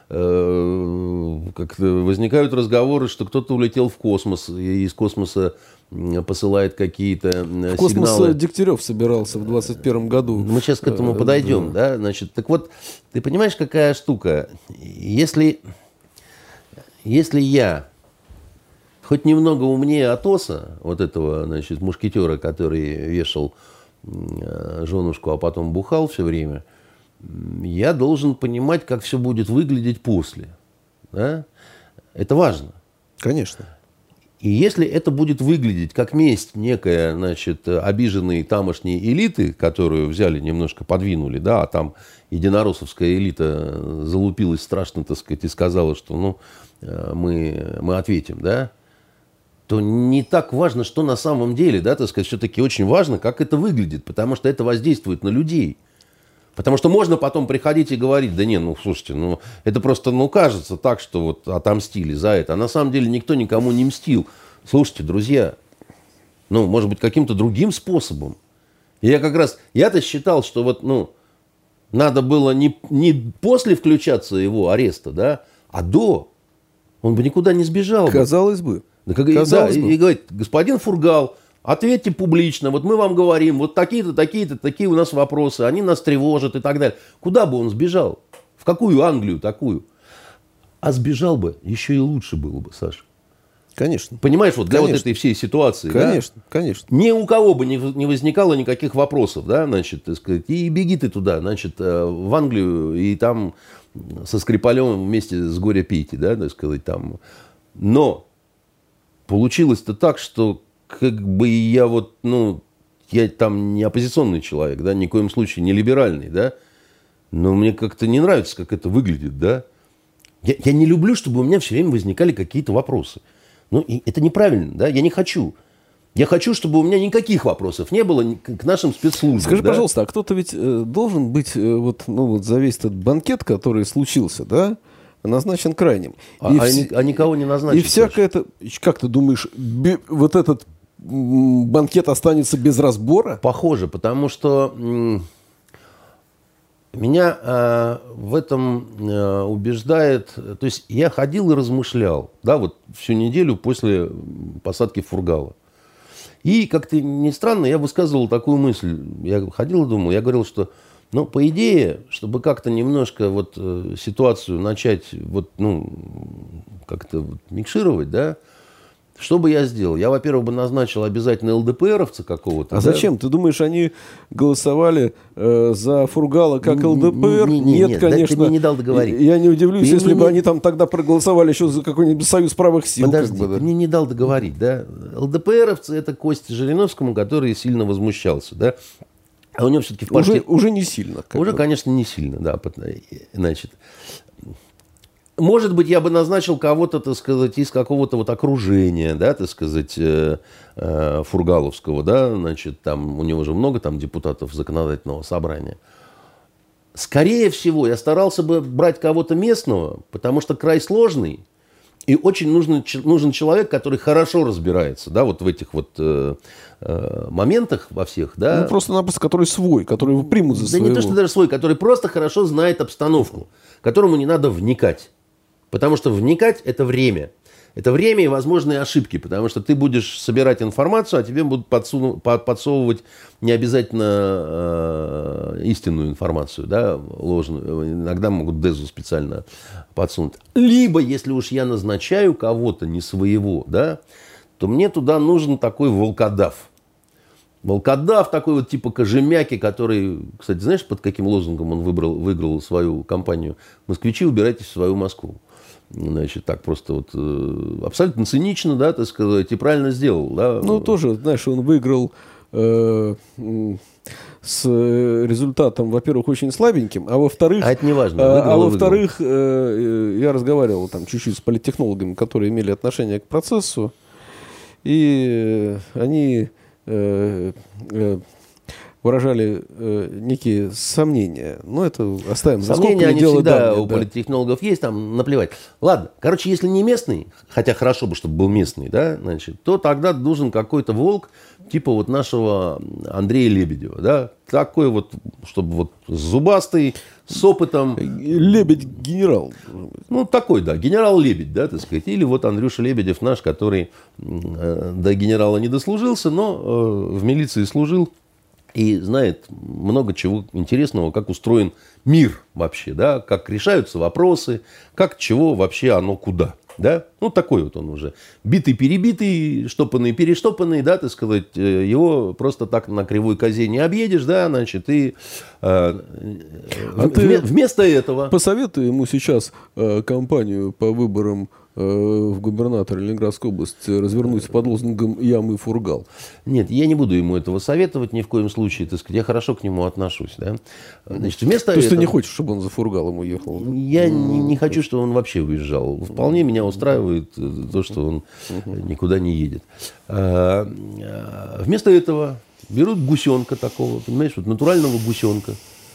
Speaker 2: э, как-то возникают разговоры, что кто-то улетел в космос, и из космоса посылает какие-то сигналы.
Speaker 1: В космос Дегтярев собирался в двадцать первом году.
Speaker 2: Мы сейчас к этому подойдем, да. да, значит, так вот, ты понимаешь, какая штука? Если, если я хоть немного умнее Атоса, вот этого, значит, мушкетера, который вешал женушку, а потом бухал все время, я должен понимать, как все будет выглядеть после. Да? Это важно.
Speaker 1: Конечно.
Speaker 2: И если это будет выглядеть как месть некая, значит, обиженной тамошней элиты, которую взяли, немножко подвинули, да, а там единороссовская элита залупилась страшно, так сказать, и сказала, что, ну, мы, мы ответим, да, то не так важно, что на самом деле, да, так сказать, все-таки очень важно, как это выглядит, потому что это воздействует на людей. Потому что можно потом приходить и говорить, да не, ну, слушайте, ну, это просто, ну, кажется так, что вот отомстили за это. А на самом деле никто никому не мстил. Слушайте, друзья, ну, может быть, каким-то другим способом. И я как раз, я-то считал, что вот, ну, надо было не, не после включаться его ареста, да, а до. Он бы никуда не сбежал.
Speaker 1: Казалось бы.
Speaker 2: Да, как, Казалось да, бы. И, и говорит, господин Фургал, ответьте публично, вот мы вам говорим, вот такие-то, такие-то, такие у нас вопросы, они нас тревожат и так далее. Куда бы он сбежал? В какую Англию такую? А сбежал бы, еще и лучше было бы, Саша.
Speaker 1: Конечно.
Speaker 2: Понимаешь, вот для
Speaker 1: конечно.
Speaker 2: вот этой всей ситуации.
Speaker 1: Конечно,
Speaker 2: да,
Speaker 1: конечно.
Speaker 2: Ни у кого бы не, не возникало никаких вопросов, да, значит, так сказать, и беги ты туда, значит, в Англию, и там со Скрипалем вместе с горя пейте, да, так сказать, там. Но получилось-то так, что как бы я вот, ну, я там не оппозиционный человек, да, ни в коем случае не либеральный, да, но мне как-то не нравится, как это выглядит, да. Я, я не люблю, чтобы у меня все время возникали какие-то вопросы. Ну, и это неправильно, да, я не хочу. Я хочу, чтобы у меня никаких вопросов не было к нашим спецслужбам.
Speaker 1: Скажи,
Speaker 2: да?
Speaker 1: пожалуйста, а кто-то ведь э, должен быть, э, вот, ну, вот за весь этот банкет, который случился, да, назначен крайним.
Speaker 2: А,
Speaker 1: и
Speaker 2: а,
Speaker 1: вс...
Speaker 2: а никого не назначили.
Speaker 1: И всякое это, как ты думаешь, бе... вот этот м- банкет останется без разбора?
Speaker 2: Похоже, потому что м- меня э, в этом э, убеждает, то есть я ходил и размышлял, да, вот всю неделю после посадки Фургала. И как-то не странно, я высказывал такую мысль, я ходил и думал, я говорил, что, ну, по идее, чтобы как-то немножко вот э, ситуацию начать вот, ну, как-то вот микшировать, да, что бы я сделал? Я, во-первых, бы назначил обязательно ЛДПРовца какого-то.
Speaker 1: А
Speaker 2: да?
Speaker 1: зачем? Ты думаешь, они голосовали э, за Фургала как ЛДПР?
Speaker 2: Не, не, не,
Speaker 1: нет,
Speaker 2: нет,
Speaker 1: конечно.
Speaker 2: Ты мне не дал договорить.
Speaker 1: Я не удивлюсь,
Speaker 2: ты
Speaker 1: если
Speaker 2: мне
Speaker 1: бы
Speaker 2: не...
Speaker 1: они там тогда проголосовали еще за какой-нибудь союз правых сил.
Speaker 2: Подожди,
Speaker 1: как бы, да.
Speaker 2: ты мне не дал договорить, да? ЛДПРовцы — это Костя Жириновскому, который сильно возмущался, да? А у него все-таки в партии...
Speaker 1: Уже, уже не сильно.
Speaker 2: Уже, бы. конечно, не сильно, да. Значит, может быть, я бы назначил кого-то, так сказать, из какого-то вот окружения, да, так сказать, э, э, Фургаловского, да, значит, там у него же много там депутатов законодательного собрания. Скорее всего, я старался бы брать кого-то местного, потому что край сложный, и очень нужен, нужен человек, который хорошо разбирается, да, вот в этих вот э, э, моментах во всех, да.
Speaker 1: Ну, просто-напросто, который свой, который его примут за
Speaker 2: да
Speaker 1: своего.
Speaker 2: Да не то, что даже свой, который просто хорошо знает обстановку, которому не надо вникать. Потому что вникать – это время. Это время и возможные ошибки, потому что ты будешь собирать информацию, а тебе будут подсуну, подсовывать не обязательно э, истинную информацию, да, ложную. Иногда могут дезу специально подсунуть. Либо, если уж я назначаю кого-то не своего, да, то мне туда нужен такой волкодав. Волкодав такой вот типа Кожемяки, который, кстати, знаешь, под каким лозунгом он выбрал, выиграл свою кампанию? «Москвичи, убирайтесь в свою Москву». Значит, так просто вот э, абсолютно цинично, да, так сказать, и правильно сделал. Да.
Speaker 1: Ну, тоже, знаешь, он выиграл э, с результатом, во-первых, очень слабеньким, а во-вторых...
Speaker 2: А это не важно.
Speaker 1: А,
Speaker 2: выиграл,
Speaker 1: а во-вторых, э, я разговаривал там чуть-чуть с политтехнологами, которые имели отношение к процессу, и они... Э, э, выражали э, некие сомнения. Но это оставим за скобками.
Speaker 2: Сомнения, они
Speaker 1: дело
Speaker 2: всегда
Speaker 1: давнее,
Speaker 2: у
Speaker 1: да.
Speaker 2: политтехнологов есть, там наплевать. Ладно, короче, если не местный, хотя хорошо бы, чтобы был местный, да, значит, то тогда нужен какой-то волк, типа вот нашего Андрея Лебедева, да, такой вот, чтобы вот зубастый, с опытом.
Speaker 1: Лебедь-генерал.
Speaker 2: Ну, такой, да, генерал Лебедь, да, так сказать. Или вот Андрюша Лебедев наш, который э, до генерала не дослужился, но э, в милиции служил и знает много чего интересного, как устроен мир вообще, да, как решаются вопросы, как чего вообще оно куда. Да? Ну, такой вот он уже. Битый-перебитый, штопанный-перештопанный, да, так сказать, его просто так на кривой козе не объедешь, да, значит, и э,
Speaker 1: А
Speaker 2: в,
Speaker 1: ты
Speaker 2: вместо этого...
Speaker 1: Посоветуй ему сейчас э, кампанию по выборам э, в губернатора Ленинградской области развернуть с под лозунгом «Ямы фургал».
Speaker 2: Нет, я не буду ему этого советовать ни в коем случае, так сказать, я хорошо к нему отношусь, да. Значит, вместо
Speaker 1: То есть
Speaker 2: этого...
Speaker 1: ты не хочешь, чтобы он за фургалом уехал? Да?
Speaker 2: Я не, не хочу, чтобы он вообще уезжал. Вполне меня устраивает то, что он никуда не едет. А, а, вместо этого берут гусенка такого, понимаешь, вот натурального гусенка,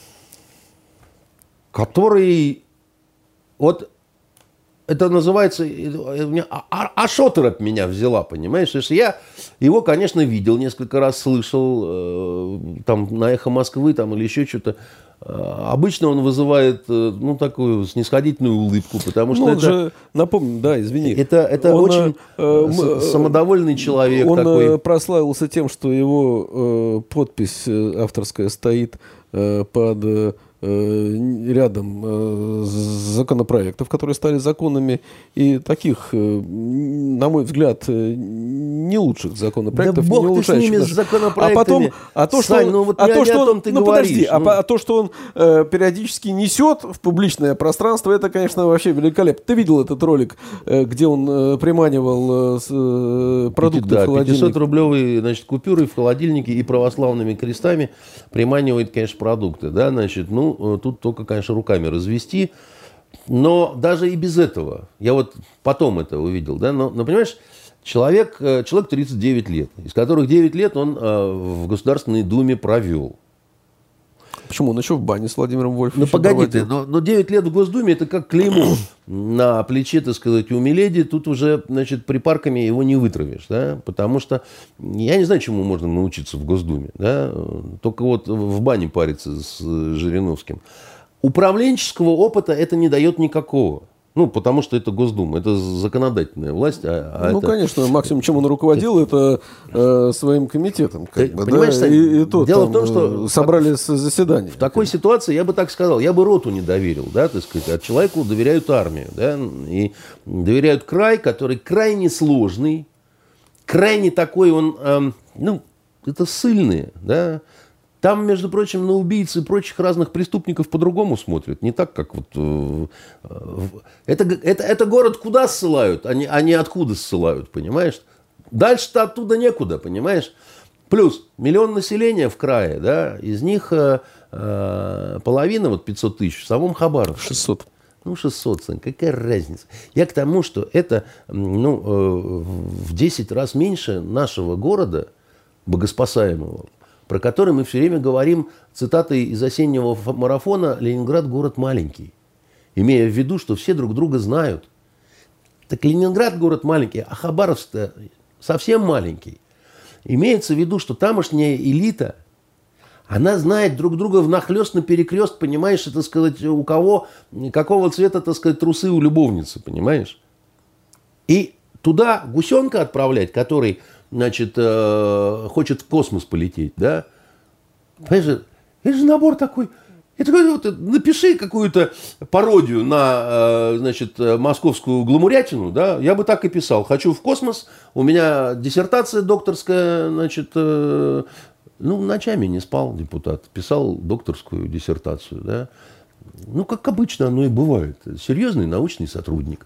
Speaker 2: который, вот это называется, ашотер от меня взяла, понимаешь, потому что я его, конечно, видел, несколько раз слышал, там, на «Эхо Москвы», там, или еще что-то. Обычно он вызывает, ну, такую снисходительную улыбку, потому что
Speaker 1: ну, он
Speaker 2: это...
Speaker 1: же, напомню, да, извини.
Speaker 2: Это, это
Speaker 1: он,
Speaker 2: очень
Speaker 1: э,
Speaker 2: самодовольный человек
Speaker 1: он
Speaker 2: такой.
Speaker 1: Он прославился тем, что его э, подпись авторская стоит э, под... Э, рядом э, законопроектов, которые стали законами, и таких, э, на мой взгляд, э, не лучших законопроектов,
Speaker 2: да бог
Speaker 1: не улучшающих.
Speaker 2: ты с ними, с законопроектами.
Speaker 1: А потом, а то, что
Speaker 2: Сань,
Speaker 1: он,
Speaker 2: ну вот
Speaker 1: а то,
Speaker 2: не
Speaker 1: что
Speaker 2: о том
Speaker 1: он,
Speaker 2: ты
Speaker 1: ну
Speaker 2: говоришь.
Speaker 1: подожди,
Speaker 2: Ну.
Speaker 1: а, а то, что он э, периодически несет в публичное пространство, это, конечно, вообще великолепно. Ты видел этот ролик, э, где он э, приманивал э, э, продукты
Speaker 2: да,
Speaker 1: в холодильник?
Speaker 2: пятисотрублевые, значит, купюры в холодильнике и православными крестами приманивает, конечно, продукты, да, значит, ну, тут только, конечно, руками развести, но даже и без этого, я вот потом это увидел, да, но, но понимаешь, человек, человек тридцать девять лет, из которых девять лет он э, в Государственной Думе провел.
Speaker 1: Почему? Он еще в бане с Владимиром
Speaker 2: Ну,
Speaker 1: Вольфовичем
Speaker 2: погоди
Speaker 1: проводил.
Speaker 2: ты, но, но девять лет в Госдуме, это как клеймо на плече, так сказать, у Миледи, тут уже, значит, припарками его не вытравишь, да, потому что я не знаю, чему можно научиться в Госдуме, да, только вот в бане париться с Жириновским. Управленческого опыта это не дает никакого. Ну, потому что это Госдума, это законодательная власть. А, а
Speaker 1: ну,
Speaker 2: это...
Speaker 1: конечно, максимум, чем он руководил, это э, своим комитетом. Как
Speaker 2: Ты
Speaker 1: бы,
Speaker 2: понимаешь,
Speaker 1: да?
Speaker 2: Сань,
Speaker 1: и, и то,
Speaker 2: дело
Speaker 1: там,
Speaker 2: в том, что
Speaker 1: собрали заседание.
Speaker 2: В такой ситуации я бы так сказал, я бы роту не доверил, да, так сказать, а человеку доверяют армию, да, и доверяют край, который крайне сложный, крайне такой он, эм, ну, это ссыльные, да. Там, между прочим, на убийц и прочих разных преступников по-другому смотрят. Не так, как вот... Э, э, это, это, это город куда ссылают, а не, а не откуда ссылают, понимаешь? Дальше-то оттуда некуда, понимаешь? Плюс миллион населения в крае, да, из них э, э, половина, вот пятьсот тысяч, в самом Хабаровске.
Speaker 1: шестьсот.
Speaker 2: Ну, шестьсот, какая разница? Я к тому, что это, ну, э, в десять раз меньше нашего города, богоспасаемого, про который мы все время говорим цитатой из осеннего марафона «Ленинград – город маленький», имея в виду, что все друг друга знают. Так Ленинград – город маленький, а Хабаровск-то совсем маленький. Имеется в виду, что тамошняя элита, она знает друг друга внахлёст наперекрест, понимаешь, так сказать, у кого, какого цвета, так сказать, трусы у любовницы, понимаешь? И туда гусенка отправлять, который... значит, э, хочет в космос полететь, да? Понимаешь, это же набор такой. Это, вот, напиши какую-то пародию на, э, значит, московскую гламурятину, да? Я бы так и писал. Хочу в космос, у меня диссертация докторская, значит, э, ну, ночами не спал депутат, писал докторскую диссертацию, да? Ну, как обычно оно и бывает. Серьезный научный сотрудник.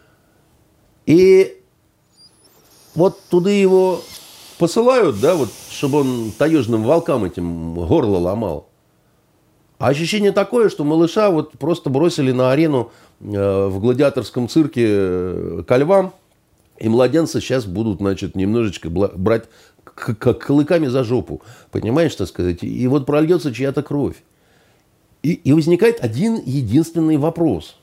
Speaker 2: И вот туда его посылают, да, вот, чтобы он таежным волкам этим горло ломал. А ощущение такое, что малыша вот просто бросили на арену э, в гладиаторском цирке э, ко львам, и младенца сейчас будут, значит, немножечко бла- брать как клыками за жопу. Понимаешь, так сказать? И вот прольется чья-то кровь. И, и возникает один единственный вопрос.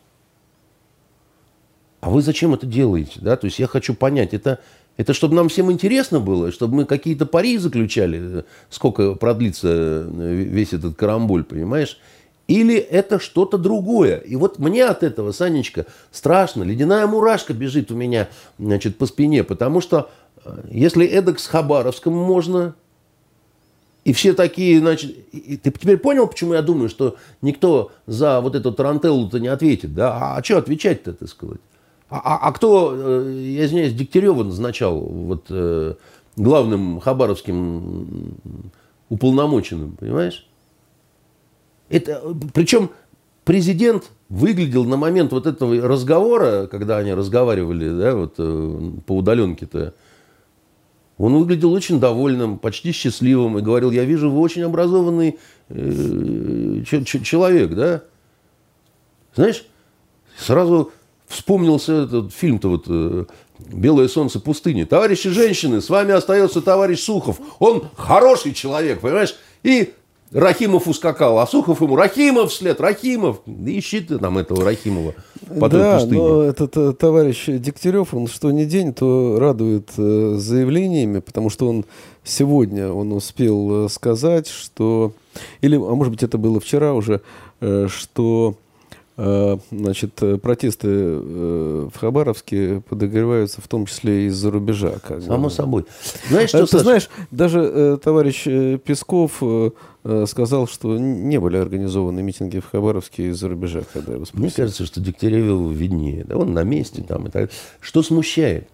Speaker 2: А вы зачем это делаете? Да? То есть я хочу понять, это, это чтобы нам всем интересно было, чтобы мы какие-то пари заключали, сколько продлится весь этот карамболь, понимаешь? Или это что-то другое? И вот мне от этого, Санечка, страшно. Ледяная мурашка бежит у меня, значит, по спине. Потому что если эдак с Хабаровском можно, и все такие, значит... И ты теперь понял, почему я думаю, что никто за вот эту тарантеллу-то не ответит? Да? А, а что отвечать-то, так сказать? А, а, а кто, я извиняюсь, Дегтярева назначал вот, э, главным хабаровским уполномоченным, понимаешь? Это, причем президент выглядел на момент вот этого разговора, когда они разговаривали, да, вот, по удаленке-то, он выглядел очень довольным, почти счастливым и говорил: я вижу, вы очень образованный э, человек, да. Знаешь, сразу вспомнился этот фильм-то вот э, «Белое солнце пустыни». Товарищи женщины, с вами остается товарищ Сухов. Он хороший человек, понимаешь? И Рахимов ускакал, а Сухов ему: Рахимов вслед, Рахимов. Ищи ты там этого Рахимова по той
Speaker 1: да,
Speaker 2: пустыне.
Speaker 1: Но этот товарищ Дегтярев, он что ни день, то радует э, заявлениями, потому что он сегодня он успел сказать, что... Или, а может быть, это было вчера уже, э, что... Значит, протесты в Хабаровске подогреваются в том числе из-за рубежа. Как
Speaker 2: Само
Speaker 1: бы.
Speaker 2: собой. Знаешь, что,
Speaker 1: Ты
Speaker 2: Саша?
Speaker 1: знаешь, даже э, товарищ Песков э, сказал, что не были организованы митинги в Хабаровске из-за рубежа. Когда его
Speaker 2: Мне кажется, что Дегтяреву виднее. Да, он на месте там и так. Что смущает?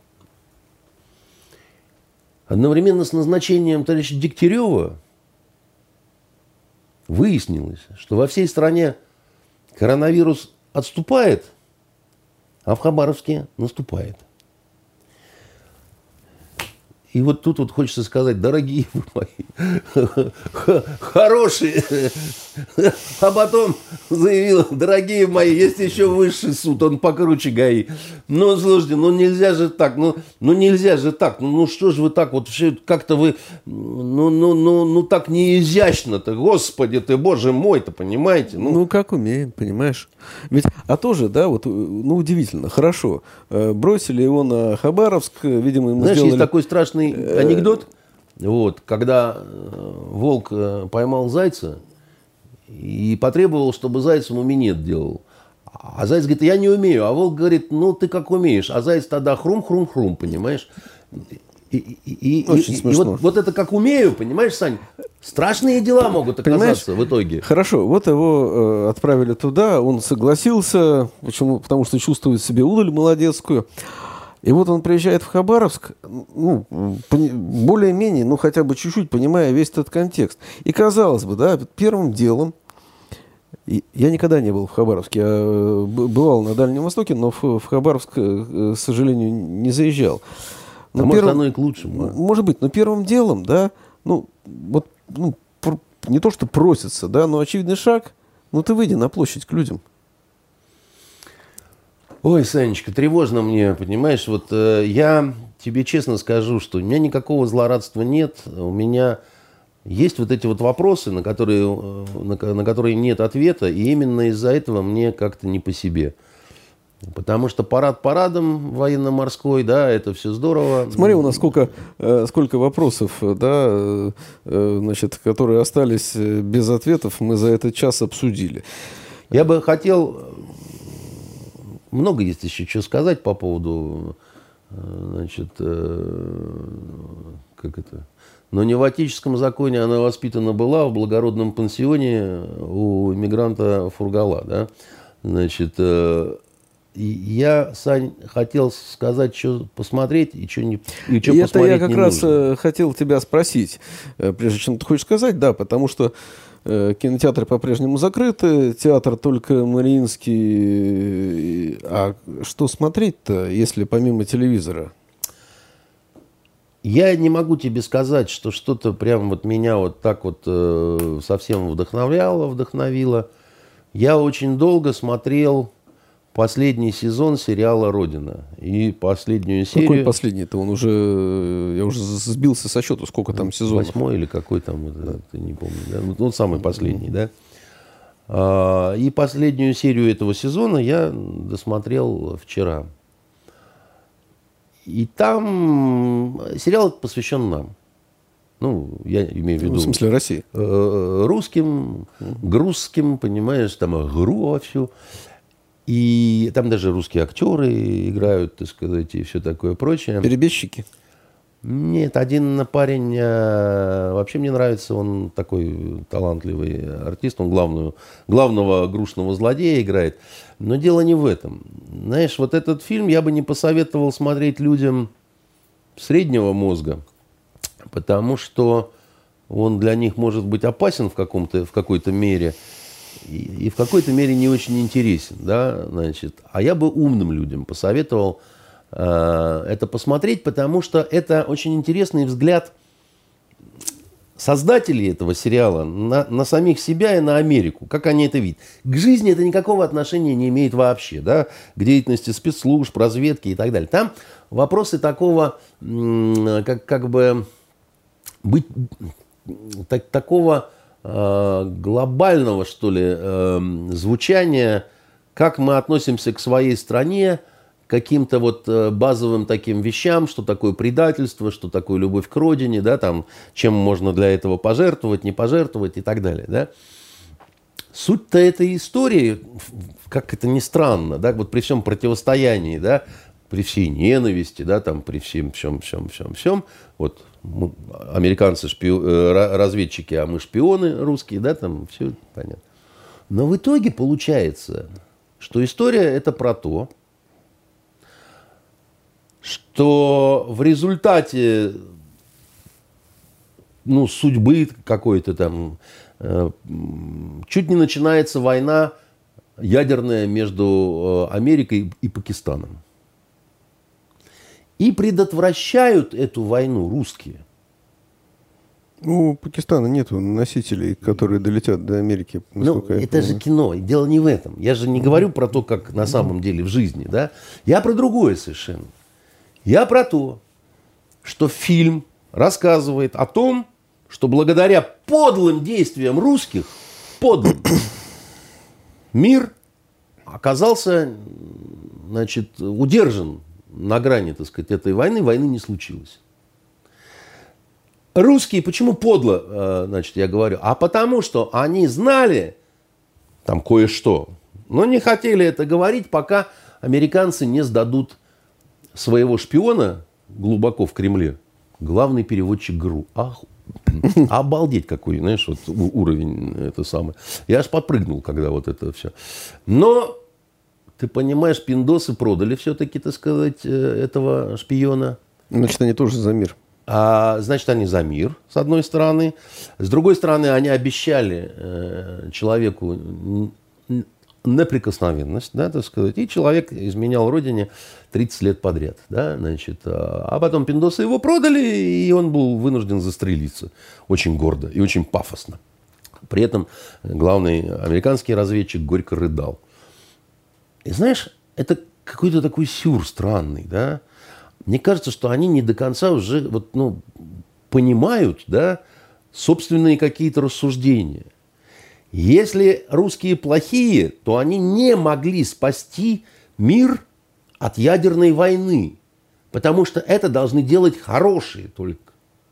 Speaker 2: Одновременно с назначением товарища Дегтярева выяснилось, что во всей стране коронавирус отступает, а в Хабаровске наступает. И вот тут вот хочется сказать: дорогие вы мои, хорошие. А потом заявил: дорогие мои, есть еще высший суд, он покруче ГАИ. Ну, слушайте, ну нельзя же так, ну, ну нельзя же так, ну, ну что же вы так вот, как-то вы, ну, ну, ну, ну так не изящно-то, господи ты, боже мой-то, понимаете?
Speaker 1: Ну, ну, как умеем, понимаешь? Ведь, а тоже, да, вот, ну, удивительно, хорошо, бросили его на Хабаровск, видимо, ему
Speaker 2: Знаешь,
Speaker 1: сделали...
Speaker 2: есть такой страшный анекдот, вот, когда волк поймал зайца и потребовал, чтобы заяц ему минет делал. А заяц говорит: я не умею. А волк говорит: ну, ты как умеешь. А заяц тогда хрум-хрум-хрум, понимаешь? И, и, и,
Speaker 1: Очень
Speaker 2: и,
Speaker 1: смешно.
Speaker 2: И вот, вот это как умею, понимаешь, Сань? Страшные дела могут оказаться, понимаешь, в итоге.
Speaker 1: Хорошо, вот его э, отправили туда, он согласился, почему? Потому что чувствует в себе удаль молодецкую. И вот он приезжает в Хабаровск, ну, более-менее, ну, хотя бы чуть-чуть понимая весь этот контекст. И, казалось бы, да, первым делом, я никогда не был в Хабаровске, я бывал на Дальнем Востоке, но в Хабаровск, к сожалению, не заезжал.
Speaker 2: Но а
Speaker 1: первым,
Speaker 2: может, оно и к лучшему. А?
Speaker 1: Может быть, но первым делом, да, ну, вот, ну, не то, что просится, да, но очевидный шаг, ну, ты выйди на площадь к людям.
Speaker 2: Ой, Санечка, тревожно мне, понимаешь, вот э, я тебе честно скажу, что у меня никакого злорадства нет, у меня есть вот эти вот вопросы, на которые, на, на которые нет ответа, и именно из-за этого мне как-то не по себе. Потому что парад парадом военно-морской, да, это все здорово.
Speaker 1: Смотри, у нас сколько, э, сколько вопросов, да, э, значит, которые остались без ответов, мы за этот час обсудили.
Speaker 2: Я бы хотел... Много есть еще что сказать по поводу, значит, э, как это... Но не в отеческом законе она воспитана была, в благородном пансионе у иммигранта Фургала, да. Значит, э, я, Сань, хотел сказать, что посмотреть и что не и что
Speaker 1: и
Speaker 2: посмотреть
Speaker 1: это я как
Speaker 2: не
Speaker 1: раз
Speaker 2: нужно.
Speaker 1: хотел тебя спросить, прежде чем ты хочешь сказать, да, потому что э, кинотеатры по-прежнему закрыты, театр только Мариинский, а что смотреть-то, если помимо телевизора?
Speaker 2: Я не могу тебе сказать, что что-то прям вот меня вот так вот э, совсем вдохновляло, вдохновило. Я очень долго смотрел последний сезон сериала «Родина». И последнюю серию...
Speaker 1: Какой последний-то? Он уже... Я уже сбился со счету, сколько там сезонов.
Speaker 2: Восьмой или какой там, да. Ты не помню. Да? Ну, он самый последний, да. А, и последнюю серию этого сезона я досмотрел вчера. И там сериал посвящен нам. Ну, я имею в виду...
Speaker 1: Ну, в смысле России?
Speaker 2: Русским, грузским, понимаешь, там ГРУ вовсю. И там даже русские актеры играют, так сказать, и все такое прочее.
Speaker 1: Перебежчики?
Speaker 2: Нет, один парень вообще мне нравится, он такой талантливый артист, он главную, главного грустного злодея играет. Но дело не в этом. Знаешь, вот этот фильм я бы не посоветовал смотреть людям среднего мозга, потому что он для них может быть опасен в, каком-то, в какой-то мере и, и в какой-то мере не очень интересен. Да? Значит, а я бы умным людям посоветовал э, это посмотреть, потому что это очень интересный взгляд создателей этого сериала на, на самих себя и на Америку, как они это видят. К жизни это никакого отношения не имеет вообще, да, к деятельности спецслужб, разведки и так далее. Там вопросы такого, как, как бы, быть, так, такого э, глобального, что ли, э, звучания, как мы относимся к своей стране, каким-то вот базовым таким вещам, что такое предательство, что такое любовь к родине, да, там, чем можно для этого пожертвовать, не пожертвовать и так далее, да. Суть-то этой истории, как это ни странно, да, вот при всем противостоянии, да, при всей ненависти, да, там, при всем, всем, всем, всем, всем, вот, мы, американцы шпио, разведчики, а мы шпионы русские, да, там, все понятно. Но в итоге получается, что история это про то, что в результате, ну, судьбы какой-то там, э, чуть не начинается война ядерная между Америкой и Пакистаном. И предотвращают эту войну русские.
Speaker 1: У Пакистана нету носителей, которые долетят до Америки.
Speaker 2: Ну, это же кино. Дело не в этом. Я же не говорю про то, как на самом деле в жизни, да. Я про другое совершенно. Я про то, что фильм рассказывает о том, что благодаря подлым действиям русских, подлым, мир оказался, значит, удержан на грани, так сказать, этой войны. Войны не случилось. Русские, почему подло, значит, я говорю? А потому что они знали там кое-что, но не хотели это говорить, пока американцы не сдадут своего шпиона глубоко в Кремле, главный переводчик ГРУ. Ах, обалдеть какой, знаешь, вот уровень это самое. Я аж подпрыгнул, когда вот это все. Но, ты понимаешь, пиндосы продали все-таки, так сказать, этого шпиона.
Speaker 1: Значит, они тоже за мир.
Speaker 2: А, значит, они за мир, с одной стороны. С другой стороны, они обещали э, человеку неприкосновенность, да, так сказать, и человек изменял родине тридцать лет подряд, да, значит, а потом пиндосы его продали, и он был вынужден застрелиться очень гордо и очень пафосно. При этом главный американский разведчик горько рыдал. И знаешь, это какой-то такой сюр странный, да. Мне кажется, что они не до конца уже вот, ну, понимают, да, собственные какие-то рассуждения. Если русские плохие, то они не могли спасти мир от ядерной войны, потому что это должны делать хорошие только.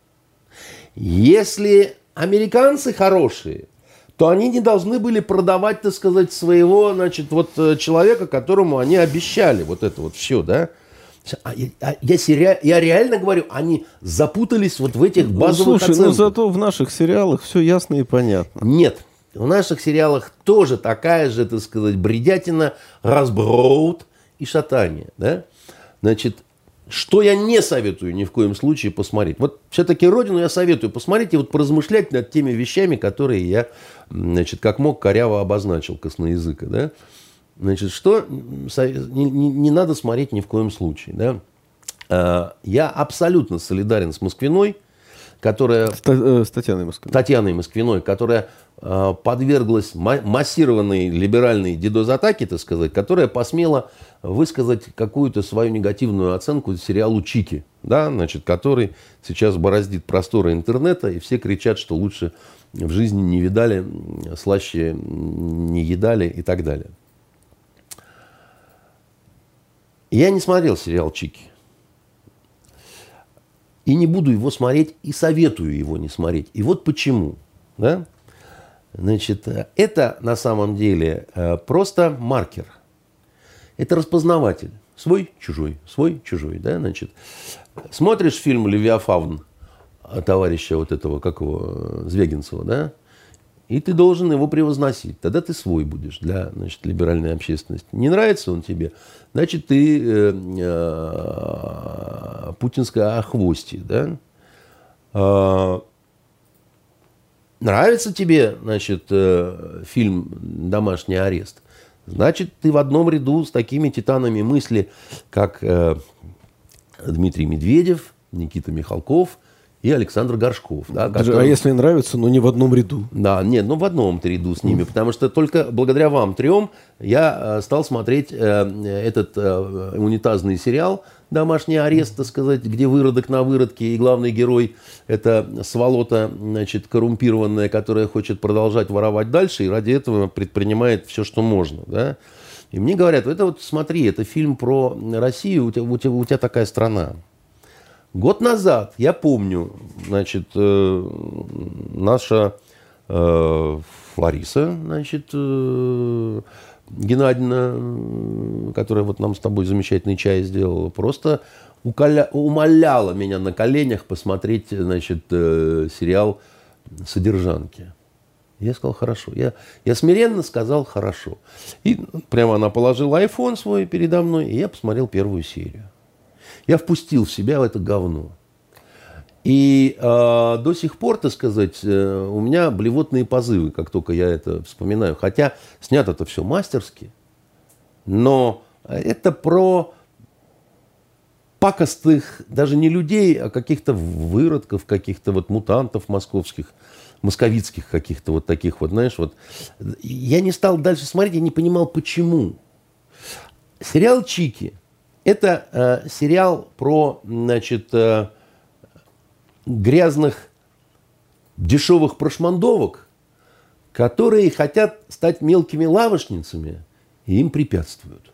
Speaker 2: Если американцы хорошие, то они не должны были продавать, так сказать, своего, значит, вот человека, которому они обещали вот это вот все, да. Я, я, я реально говорю, они запутались вот в этих базовых
Speaker 1: Слушай,
Speaker 2: оценках.
Speaker 1: Ну зато в наших сериалах все ясно и понятно.
Speaker 2: Нет. В наших сериалах тоже такая же, так сказать, бредятина, разброд и шатание. Да? Значит, что я не советую ни в коем случае посмотреть. Вот все-таки «Родину» я советую посмотреть и вот поразмышлять над теми вещами, которые я, значит, как мог, коряво обозначил, косноязыко, да? Значит, что не, не, не надо смотреть ни в коем случае. Да? Я абсолютно солидарен с Москвиной. которая...
Speaker 1: С Татьяной Москвиной.
Speaker 2: Татьяной Москвиной, которая э, подверглась массированной либеральной дидоз-атаке, так сказать, которая посмела высказать какую-то свою негативную оценку сериалу «Чики», да, значит, который сейчас бороздит просторы интернета, и все кричат, что лучше в жизни не видали, слаще не едали и так далее. Я не смотрел сериал «Чики». И не буду его смотреть, и советую его не смотреть. И вот почему. Да? Значит, это на самом деле просто маркер. Это распознаватель. Свой, чужой, свой, чужой. Да? Значит, смотришь фильм «Левиафан» товарища вот этого, как его, Звягинцева, да? И ты должен его превозносить. Тогда ты свой будешь для, значит, либеральной общественности. Не нравится он тебе, значит, ты э, э, путинское охвостье. Да? Э, нравится тебе, значит, э, фильм «Домашний арест», значит, ты в одном ряду с такими титанами мысли, как э, Дмитрий Медведев, Никита Михалков и Александр Горшков. Да,
Speaker 1: который... А если нравится, но не в одном ряду.
Speaker 2: Да, нет, ну в одном-то ряду с ними, потому что только благодаря вам трем я стал смотреть э, этот э, унитазный сериал «Домашний арест», так сказать, где выродок на выродке, и главный герой – это сволота, значит, коррумпированная, которая хочет продолжать воровать дальше, и ради этого предпринимает все, что можно. Да? И мне говорят, это вот смотри, это фильм про Россию, у тебя, у тебя, у тебя такая страна. Год назад, я помню, значит, э, наша э, Лариса, значит, э, Геннадьевна, которая вот нам с тобой замечательный чай сделала, просто уколя... умоляла меня на коленях посмотреть, значит, э, сериал «Содержанки». Я сказал, хорошо. Я, я смиренно сказал, хорошо. И прямо она положила айфон свой передо мной, и я посмотрел первую серию. Я впустил в себя в это говно. И э, до сих пор, так сказать, э, у меня блевотные позывы, как только я это вспоминаю. Хотя снято это все мастерски. Но это про пакостых, даже не людей, а каких-то выродков, каких-то вот мутантов московских, московицких каких-то вот таких вот, знаешь, вот. Я не стал дальше смотреть, я не понимал, почему. Сериал «Чики» – это э, сериал про, значит, э, грязных, дешевых прошмандовок, которые хотят стать мелкими лавочницами, и им препятствуют.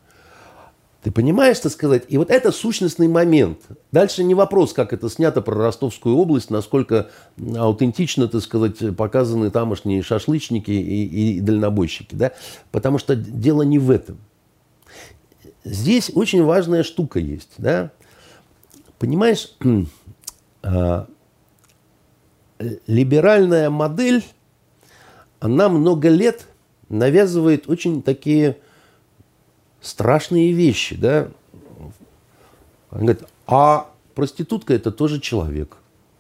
Speaker 2: Ты понимаешь, что сказать? И вот это сущностный момент. Дальше не вопрос, как это снято про Ростовскую область, насколько аутентично, так сказать, показаны тамошние шашлычники и, и дальнобойщики. Да? Потому что дело не в этом. Здесь очень важная штука есть. Да? Понимаешь, либеральная модель, она много лет навязывает очень такие страшные вещи, да. Она говорит, а проститутка это тоже человек.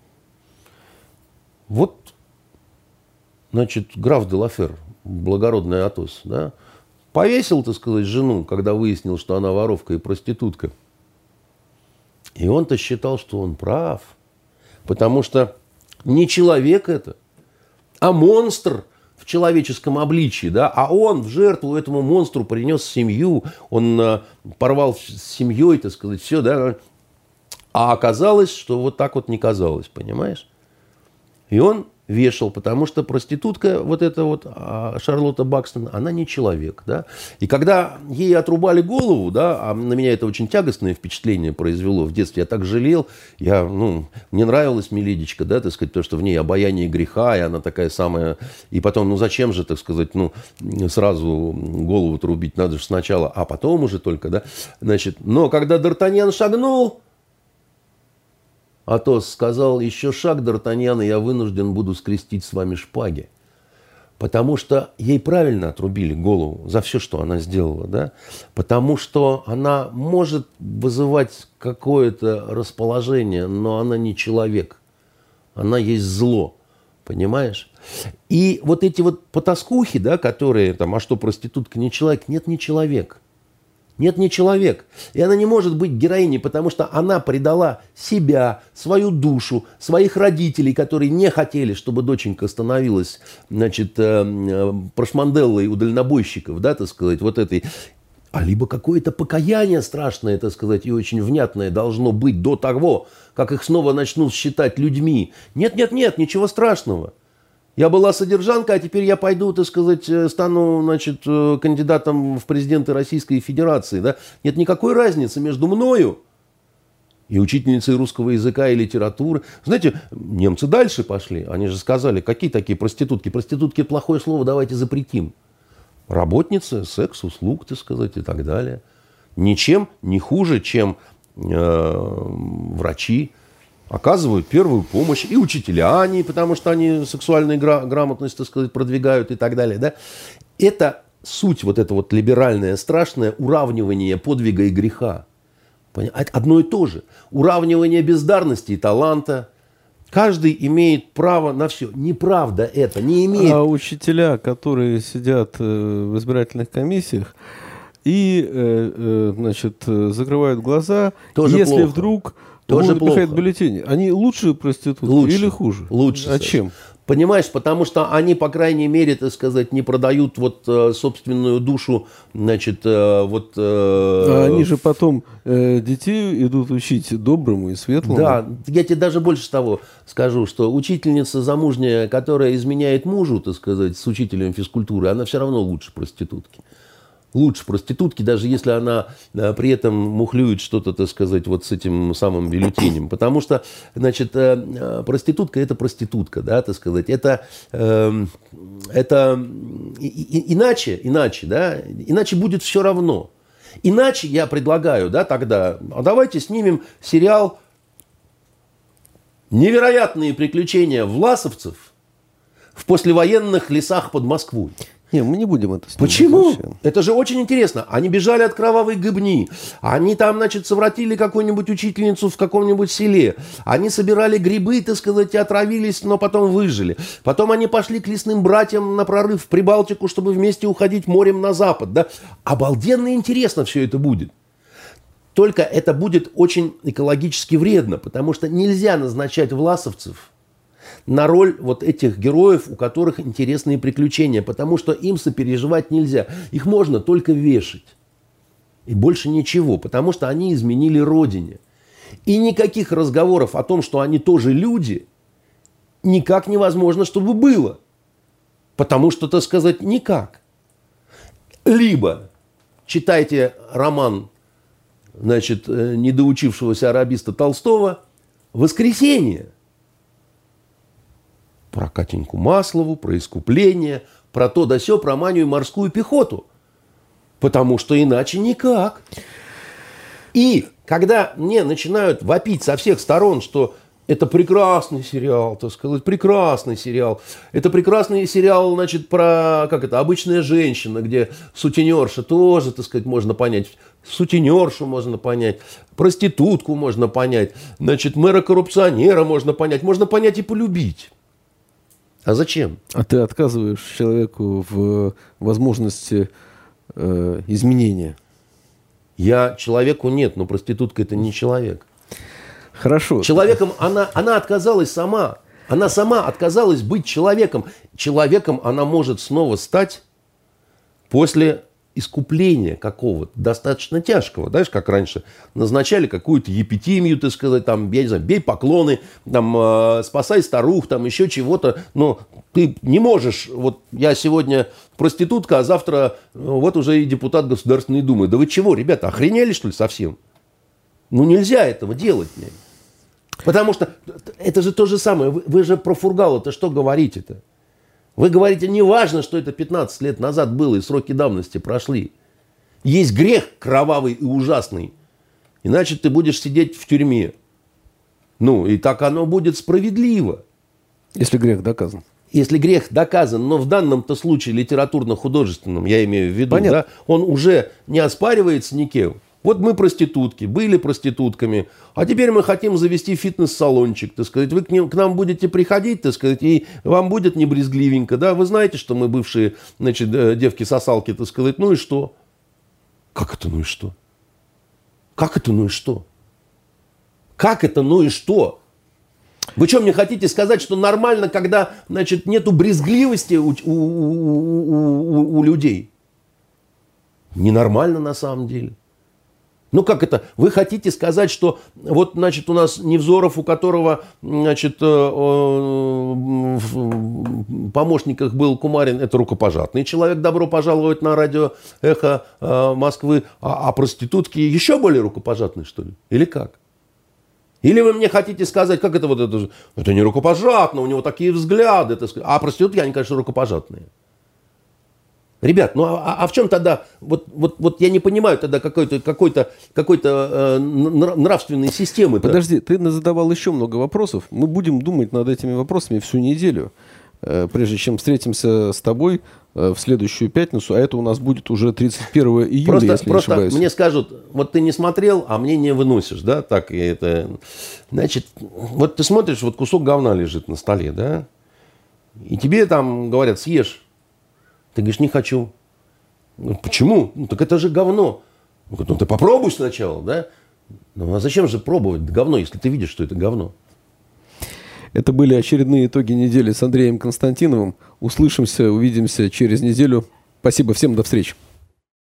Speaker 2: Вот, значит, граф де Лафер, благородный Атос, да, повесил, так сказать, жену, когда выяснил, что она воровка и проститутка. И он-то считал, что он прав, потому что не человек это, а монстр в человеческом обличии, да, а он в жертву этому монстру принес семью, он а, порвал с семьей, так сказать, все, да, а оказалось, что вот так вот не казалось, понимаешь? И он вешал, потому что проститутка, вот эта вот а, Шарлотта Бакстон, она не человек, да. И когда ей отрубали голову, да, а на меня это очень тягостное впечатление произвело в детстве, я так жалел, я, ну, мне нравилась Миледичка, да, так сказать, то, что в ней обаяние греха, и она такая самая, и потом, ну, зачем же, так сказать, ну, сразу голову отрубить, надо же сначала, а потом уже только, да, значит, но когда Д'Артаньян шагнул, Атос сказал, еще шаг, Д'Артаньян, и я вынужден буду скрестить с вами шпаги. Потому что ей правильно отрубили голову за все, что она сделала. Да? Потому что она может вызывать какое-то расположение, но она не человек. Она есть зло. Понимаешь? И вот эти вот потаскухи, да, которые там, а что, проститутка не человек? Нет, не человек. Нет, не человек. И она не может быть героиней, потому что она предала себя, свою душу, своих родителей, которые не хотели, чтобы доченька становилась, значит, прошманделлой у дальнобойщиков, да, так сказать, вот этой. А либо какое-то покаяние страшное, так сказать, и очень внятное должно быть до того, как их снова начнут считать людьми. Нет, нет, нет, ничего страшного. Я была содержанка, а теперь я пойду, так сказать, стану, значит, кандидатом в президенты Российской Федерации. Да? Нет никакой разницы между мною и учительницей русского языка и литературы. Знаете, немцы дальше пошли. Они же сказали, какие такие проститутки? Проститутки – плохое слово, давайте запретим. Работницы, секс, услуг, так сказать, и так далее. Ничем не хуже, чем э, врачи. Оказывают первую помощь, и учителя они, потому что они сексуальную гра- грамотность, так сказать, продвигают и так далее. Да? Это суть, вот это вот либеральное, страшное уравнивание подвига и греха. Одно и то же. Уравнивание бездарности и таланта. Каждый имеет право на все. Неправда это, не имеет.
Speaker 1: А учителя, которые сидят в избирательных комиссиях и, значит, закрывают глаза,
Speaker 2: тоже
Speaker 1: если
Speaker 2: плохо.
Speaker 1: Вдруг...
Speaker 2: Тоже плохо.
Speaker 1: Бюллетени. Они лучше проститутки
Speaker 2: лучше.
Speaker 1: Или хуже?
Speaker 2: Лучше.
Speaker 1: А чем?
Speaker 2: Понимаешь, потому что они, по крайней мере, так сказать, не продают вот э, собственную душу, значит, э, вот... Э,
Speaker 1: а они же потом э, детей идут учить доброму и светлому.
Speaker 2: Да, я тебе даже больше того скажу, что учительница замужняя, которая изменяет мужу, так сказать, с учителем физкультуры, она все равно лучше проститутки. Лучше проститутки, даже если она а, при этом мухлюет что-то, так сказать, вот с этим самым бюллетенем. Потому что, значит, э, проститутка – это проститутка, да, так сказать. Это, э, это и, и, иначе, иначе, да, иначе будет все равно. Иначе я предлагаю, да, тогда, а давайте снимем сериал «Невероятные приключения власовцев в послевоенных лесах под Москвой».
Speaker 1: Не, мы не будем это снимать.
Speaker 2: Почему?
Speaker 1: Вообще.
Speaker 2: Это же очень интересно. Они бежали от кровавой гыбни. Они там, значит, совратили какую-нибудь учительницу в каком-нибудь селе. Они собирали грибы, так сказать, и отравились, но потом выжили. Потом они пошли к лесным братьям на прорыв в Прибалтику, чтобы вместе уходить морем на запад. Да? Обалденно интересно все это будет. Только это будет очень экологически вредно, потому что нельзя назначать власовцев на роль вот этих героев, у которых интересные приключения, потому что им сопереживать нельзя. Их можно только вешать. И больше ничего, потому что они изменили родине. И никаких разговоров о том, что они тоже люди, никак невозможно, чтобы было. Потому что, так сказать, никак. Либо читайте роман, значит, недоучившегося арабиста Толстого «Воскресенье». Про Катеньку Маслову, про искупление, про то да сё, про манию и морскую пехоту. Потому что иначе никак. И когда мне начинают вопить со всех сторон, что это прекрасный сериал, так сказать, прекрасный сериал. Это прекрасный сериал, значит, про, как это, обычная женщина, где сутенерша тоже, так сказать, можно понять. Сутенершу можно понять, проститутку можно понять, значит, мэра-коррупционера можно понять, можно понять и полюбить. А зачем?
Speaker 1: А ты отказываешь человеку в возможности э, изменения.
Speaker 2: Я человеку нет, но проститутка это не человек.
Speaker 1: Хорошо.
Speaker 2: Человеком она, она отказалась сама. Она сама отказалась быть человеком. Человеком она может снова стать после искупления какого-то, достаточно тяжкого. Знаешь, как раньше назначали какую-то епитимию, так сказать, там, я не знаю, бей поклоны, там, э, спасай старух, там, еще чего-то. Но ты не можешь, вот я сегодня проститутка, а завтра вот уже и депутат Государственной Думы. Да вы чего, ребята, охренели, что ли, совсем? Ну, нельзя этого делать. Потому что это же то же самое. Вы, вы же про Фургала-то что говорите-то? Вы говорите, не важно, что это пятнадцать лет назад было, и сроки давности прошли. Есть грех кровавый и ужасный. Иначе ты будешь сидеть в тюрьме. Ну, и так оно будет справедливо.
Speaker 1: Если грех доказан.
Speaker 2: Если грех доказан, но в данном-то случае литературно-художественном, я имею в виду, да, он уже не оспаривается никем. Вот мы проститутки, были проститутками, а теперь мы хотим завести фитнес-салончик, так сказать. Вы к, ним, к нам будете приходить, так сказать, и вам будет не брезгливенько, да. Вы знаете, что мы бывшие, значит, девки-сосалки, так сказать, ну и что? Как это ну и что? Как это ну и что? Как это ну и что? Вы что, мне хотите сказать, что нормально, когда, значит, нету брезгливости у, у, у, у, у людей? Ненормально на самом деле. Ну как это? Вы хотите сказать, что вот, значит, у нас Невзоров, у которого, значит, в помощниках был Кумарин, это рукопожатный человек, добро пожаловать на радио «Эхо Москвы», а, а проститутки еще более рукопожатные, что ли? Или как? Или вы мне хотите сказать, как это вот это? Это не рукопожатно, у него такие взгляды, это, а проститутки, они, конечно, рукопожатные. Ребят, ну а, а в чем тогда, вот, вот, вот я не понимаю тогда какой-то, какой-то, какой-то э, нравственной системы.
Speaker 1: Подожди, ты задавал еще много вопросов. Мы будем думать над этими вопросами всю неделю, э, прежде чем встретимся с тобой э, в следующую пятницу, а это у нас будет уже тридцать первого июля,
Speaker 2: просто,
Speaker 1: если
Speaker 2: просто
Speaker 1: не ошибаюсь.
Speaker 2: Мне скажут, вот ты не смотрел, а мне не выносишь, да, так и это, значит, вот ты смотришь, вот кусок говна лежит на столе, да, и тебе там говорят, съешь. Ты говоришь, не хочу. Ну, почему? Ну, так это же говно. Ну, ты попробуй сначала, да? Ну, а зачем же пробовать говно, если ты видишь, что это говно?
Speaker 1: Это были очередные итоги недели с Андреем Константиновым. Услышимся, увидимся через неделю. Спасибо всем, до встречи.